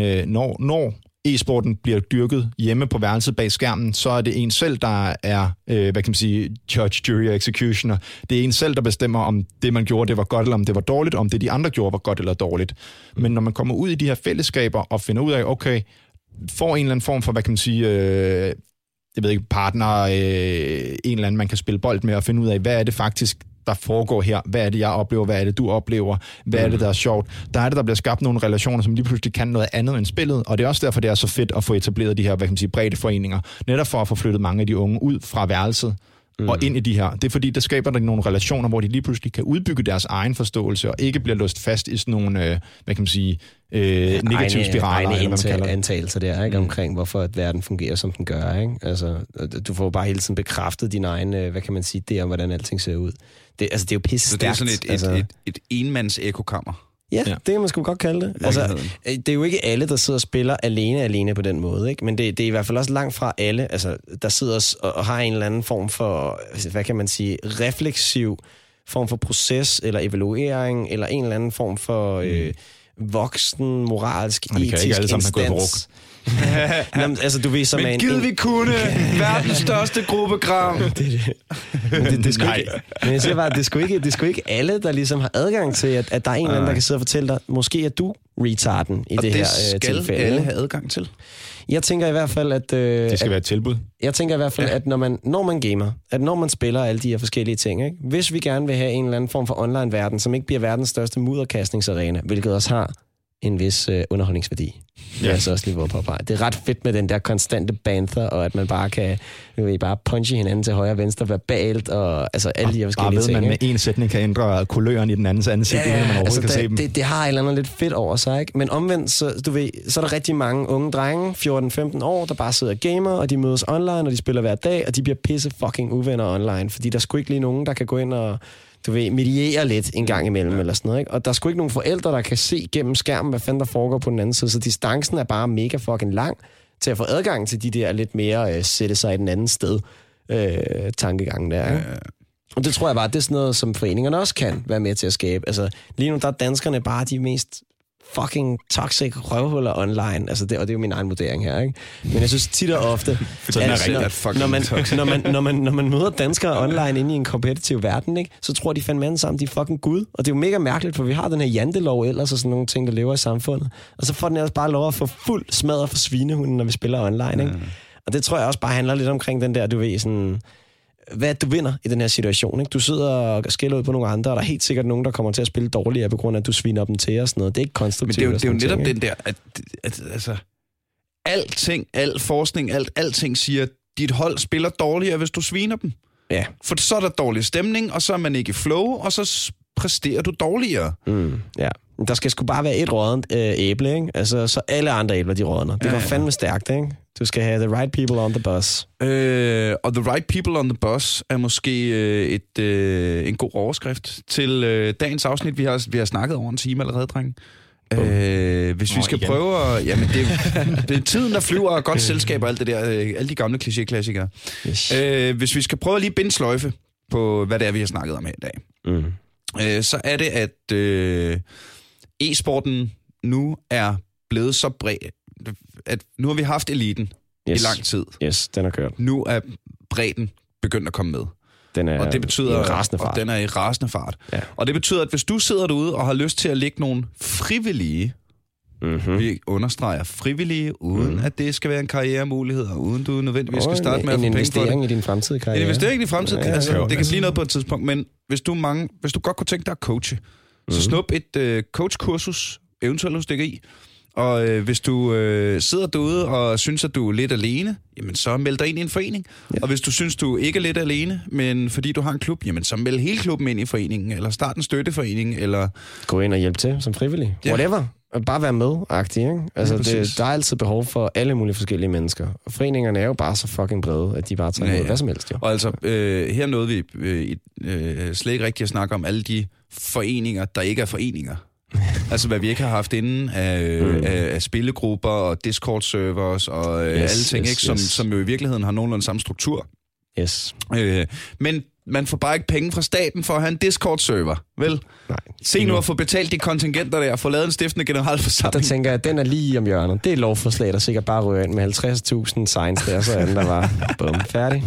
når e-sporten bliver dyrket hjemme på værelset bag skærmen, så er det en selv, der er, hvad kan man sige, judge, jury og executioner. Det er en selv, der bestemmer, om det, man gjorde, det var godt, eller om det var dårligt, om det, de andre gjorde, var godt eller dårligt. Men når man kommer ud i de her fællesskaber og finder ud af, okay, får en eller anden form for, hvad kan man sige, jeg ved ikke, partner, en eller anden, man kan spille bold med og finde ud af, hvad er det faktisk, der foregår her. Hvad er det, jeg oplever? Hvad er det, du oplever? Hvad er det, der er sjovt? Der er det, der bliver skabt nogle relationer, som lige pludselig kan noget andet end spillet, og det er også derfor, det er så fedt at få etableret de her, hvad kan man sige, brede foreninger, netop for at få flyttet mange af de unge ud fra værelset og ind i de her. Det er fordi, der skaber der nogle relationer, hvor de lige pludselig kan udbygge deres egen forståelse, og ikke bliver låst fast i sådan nogle, hvad kan man sige, negative spiraler. Egne antagelser der, ikke? Omkring, hvorfor at verden fungerer, som den gør, ikke? Altså, du får bare hele tiden bekræftet din egen, hvad kan man sige, det om, hvordan alting ser ud. Det er jo pisse stærkt. Så det er sådan et enmands ekokammer. Ja, det kan man sgu godt kalde det. Altså, det er jo ikke alle, der sidder og spiller alene på den måde, ikke? Men det er i hvert fald også langt fra alle, altså, der sidder og har en eller anden form for, hvad kan man sige, refleksiv form for proces eller evaluering, eller en eller anden form for voksen, moralsk, etisk instans. Jamen, altså, du ved, men givet vi kunne verdens største gruppegram. det skal ikke. Men jeg siger bare, det er sgu ikke alle, der ligesom har adgang til, at der er en eller anden, der kan sidde og fortælle dig, måske er du retarden i det her tilfælde. Og det skal alle have adgang til. Jeg tænker i hvert fald, at det skal være et tilbud. Jeg tænker i hvert fald, at når man gamer, at når man spiller alle de her forskellige ting, ikke? Hvis vi gerne vil have en eller anden form for online-verden, som ikke bliver verdens største mudderkastningsarena, hvilket også har en vis underholdningsværdi. Det er altså også lige på. Det er ret fedt med den der konstante banter, og at man bare kan bare punche hinanden til højre og venstre verbalt, og altså alle de her forskellige ting. Bare ved, man med en sætning kan ændre kuløren i den andens ansigt, uden man overhovedet kan se dem. Det har et eller andet lidt fedt over sig, ikke? Men omvendt, så er der rigtig mange unge drenge, 14-15 år, der bare sidder og gamer, og de mødes online, og de spiller hver dag, og de bliver pisse fucking uvenner online, fordi der er sgu ikke lige nogen, der kan gå ind og mediere lidt en gang imellem, eller sådan noget, ikke? Og der er sgu ikke nogen forældre, der kan se gennem skærmen, hvad fanden der foregår på den anden side, så distancen er bare mega fucking lang til at få adgang til de der lidt mere sætte sig i den anden sted tankegangen der, ikke? Og det tror jeg bare, det er sådan noget, som foreningerne også kan være med til at skabe. Altså, lige nu der er danskerne bare de mest fucking toxic røvhuller online. Altså det, og det er jo min egen vurdering her, ikke? Men jeg synes tit og ofte, når man møder danskere online inde i en kompetitiv verden, ikke, så tror de fandme sammen, de er fucking gud. Og det er jo mega mærkeligt, for vi har den her jantelov ellers og sådan nogle ting, der lever i samfundet. Og så får den ellers bare lov at få fuld smadret for svinehunden, når vi spiller online, ikke? Og det tror jeg også bare handler lidt omkring den der, du ved, sådan hvad du vinder i den her situation, ikke? Du sidder og skælder ud på nogle andre, og der er helt sikkert nogen, der kommer til at spille dårligere, på grund af, at du sviner dem til og sådan noget. Det er ikke konstruktivt. Men det er jo netop den der, at altså, alting, al forskning, alting siger, at dit hold spiller dårligere, hvis du sviner dem. Ja. For så er der dårlig stemning, og så er man ikke i flow, og så præsterer du dårligere. Ja. Der skal sgu bare være et rådent æble, ikke? Altså, så alle andre æbler, de rådner. Det var fandme stærkt, ikke? Du skal have the right people on the bus. Og the right people on the bus er måske en god overskrift til dagens afsnit. Vi har snakket over en time allerede, drenge. Hvis vi skal prøve at... Jamen, det er tiden, der flyver, og godt selskab og alt det der. Alle de gamle kliché-klassikere. Yes. Hvis vi skal prøve at lige binde sløjfe på, hvad det er, vi har snakket om her i dag. Så er det, at e-sporten nu er blevet så bred, at nu har vi haft eliten i lang tid. Yes, den er kørt. Nu er bredden begyndt at komme med. Den er og det betyder, i rasende fart. Og den er i rasende fart. Ja. Og det betyder, at hvis du sidder derude og har lyst til at lægge nogle frivillige, vi understreger frivillige, uden at det skal være en karrieremulighed, og uden du nødvendigvis skal starte med at få penge for det. En investering i din fremtidige karriere. En investering i din fremtidige karriere. Altså, det kan blive noget på et tidspunkt, men hvis du godt kunne tænke dig at coache, så snup et coachkursus, eventuelt hos DGI. Og hvis du sidder derude og synes, at du er lidt alene, jamen så meld dig ind i en forening. Ja. Og hvis du synes, du ikke er lidt alene, men fordi du har en klub, jamen så meld hele klubben ind i foreningen, eller start en støtteforening, eller... Gå ind og hjælp til som frivillig. Ja. Whatever. Bare være med-agtig, ikke? Altså, der er altid behov for alle mulige forskellige mennesker. Og foreningerne er jo bare så fucking brede, at de bare tager imod hvad som helst. Jo. Og altså, her nåede vi slet ikke rigtig at snakke om alle de foreninger, der ikke er foreninger. Altså, hvad vi ikke har haft inden af spillegrupper og Discord-servers og alle ting, ikke? Som jo i virkeligheden har nogenlunde samme struktur. Yes. Men man får bare ikke penge fra staten for at have en Discord-server, vel? Nej. Se nu at få betalt de kontingenter der, og få lavet en stiftende generalforsamling. Der tænker jeg, at den er lige om hjørnet. Det er et lovforslag, der sikkert bare rører ind med 50.000 signs der, så den der var bum, færdig.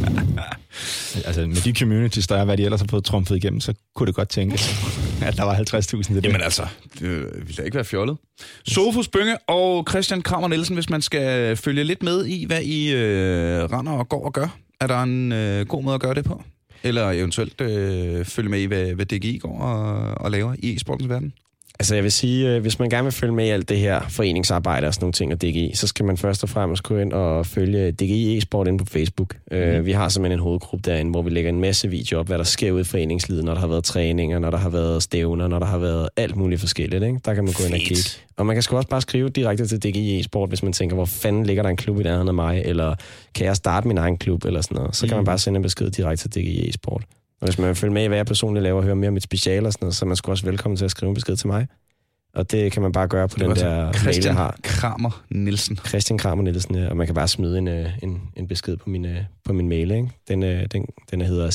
Altså med de communities, der er, hvad de ellers har fået trumfet igennem, så kunne det godt tænke, at der var 50.000 til det. Jamen altså, det ville da ikke være fjollet. Sofus Bynge og Christian Kramer Nielsen, hvis man skal følge lidt med i, hvad I render og går og gør. Er der en god måde at gøre det på? Eller eventuelt følge med i, hvad DGI går og laver i e-sportens verden? Altså jeg vil sige, hvis man gerne vil følge med i alt det her foreningsarbejde og sådan nogle ting og DGI, så skal man først og fremmest gå ind og følge DGI e-sport inde på Facebook. Vi har simpelthen en hovedgruppe derinde, hvor vi lægger en masse videoer op, hvad der sker ude i foreningslivet, når der har været træninger, når der har været stævner, når der har været alt muligt forskelligt. Ikke? Der kan man gå ind og kigge. Og man kan sgu også bare skrive direkte til DGI e-sport, hvis man tænker, hvor fanden ligger der en klub i nærheden af mig, eller kan jeg starte min egen klub, eller sådan noget. Så kan man bare sende en besked direkte til DGI e-sport. Og hvis man vil følge med i, hvad jeg personligt laver, og høre mere om mit speciale og sådan noget, så er man sgu også velkommen til at skrive en besked til mig. Og det kan man bare gøre på den der mail, jeg har. Kramer Nielsen. Christian Kramer Nielsen, ja. Og man kan bare smide en besked på min mail, ikke? Den hedder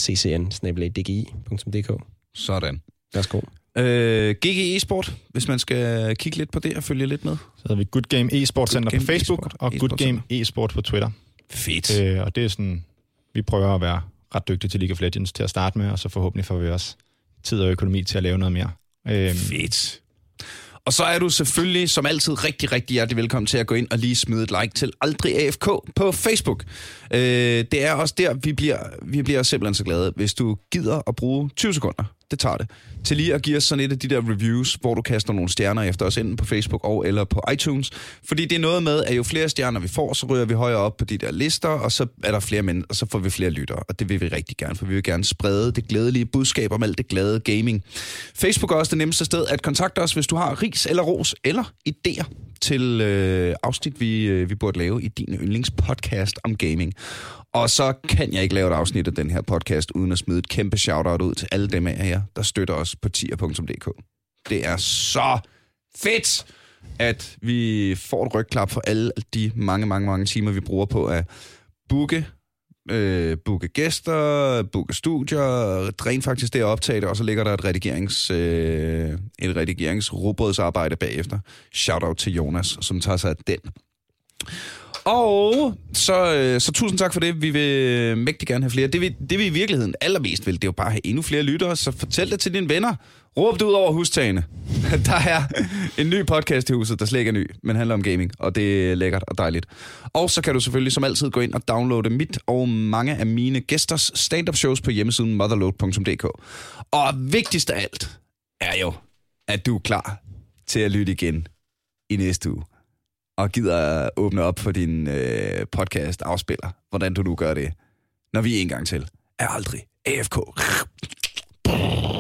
ccn@dgi.dk. Sådan. Værsgo. GG e-sport, hvis man skal kigge lidt på det og følge lidt med. Så hedder vi Good Game e-sport Center på Facebook og Good Game e-sport på Twitter. Fedt. Og det er sådan, vi prøver at være ret dygtige til League of Legends til at starte med, og så forhåbentlig får vi også tid og økonomi til at lave noget mere. Fedt. Og så er du selvfølgelig, som altid, rigtig, rigtig hjertelig velkommen til at gå ind og lige smide et like til Aldrig AFK på Facebook. Det er også der, vi bliver simpelthen så glade, hvis du gider at bruge 20 sekunder. Det tager det. Til lige at give os sådan et af de der reviews, hvor du kaster nogle stjerner efter os, enten på Facebook og eller på iTunes. Fordi det er noget med, at jo flere stjerner vi får, så ryger vi højere op på de der lister, og så er der flere mennesker, og så får vi flere lyttere. Og det vil vi rigtig gerne, for vi vil gerne sprede det glædelige budskab om alt det glade gaming. Facebook er også det nemmeste sted at kontakte os, hvis du har ris eller ros eller idéer til afsnit, vi burde lave i din yndlingspodcast om gaming. Og så kan jeg ikke lave et afsnit af den her podcast, uden at smide et kæmpe shoutout ud til alle dem af jer, der støtter os på tier.dk. Det er så fedt, at vi får et rygklap for alle de mange timer, vi bruger på at booke gæster, booke studier, rent faktisk det at optage det, og så ligger der et redigeringsrugbrødsarbejde bagefter. Shoutout til Jonas, som tager sig af den. Og så tusind tak for det. Vi vil mægtig gerne have flere. Det vi i virkeligheden allermest vil, det er jo bare at have endnu flere lyttere. Så fortæl det til dine venner. Råb det ud over hustagene. Der er en ny podcast i huset, der slet ikke er ny, men handler om gaming. Og det er lækkert og dejligt. Og så kan du selvfølgelig som altid gå ind og downloade mit og mange af mine gæsters stand-up shows på hjemmesiden motherload.dk. Og vigtigst af alt er jo, at du er klar til at lytte igen i næste uge. Og gider at åbne op for din podcast afspiller, hvordan du nu gør det, når vi en gang til er aldrig AFK.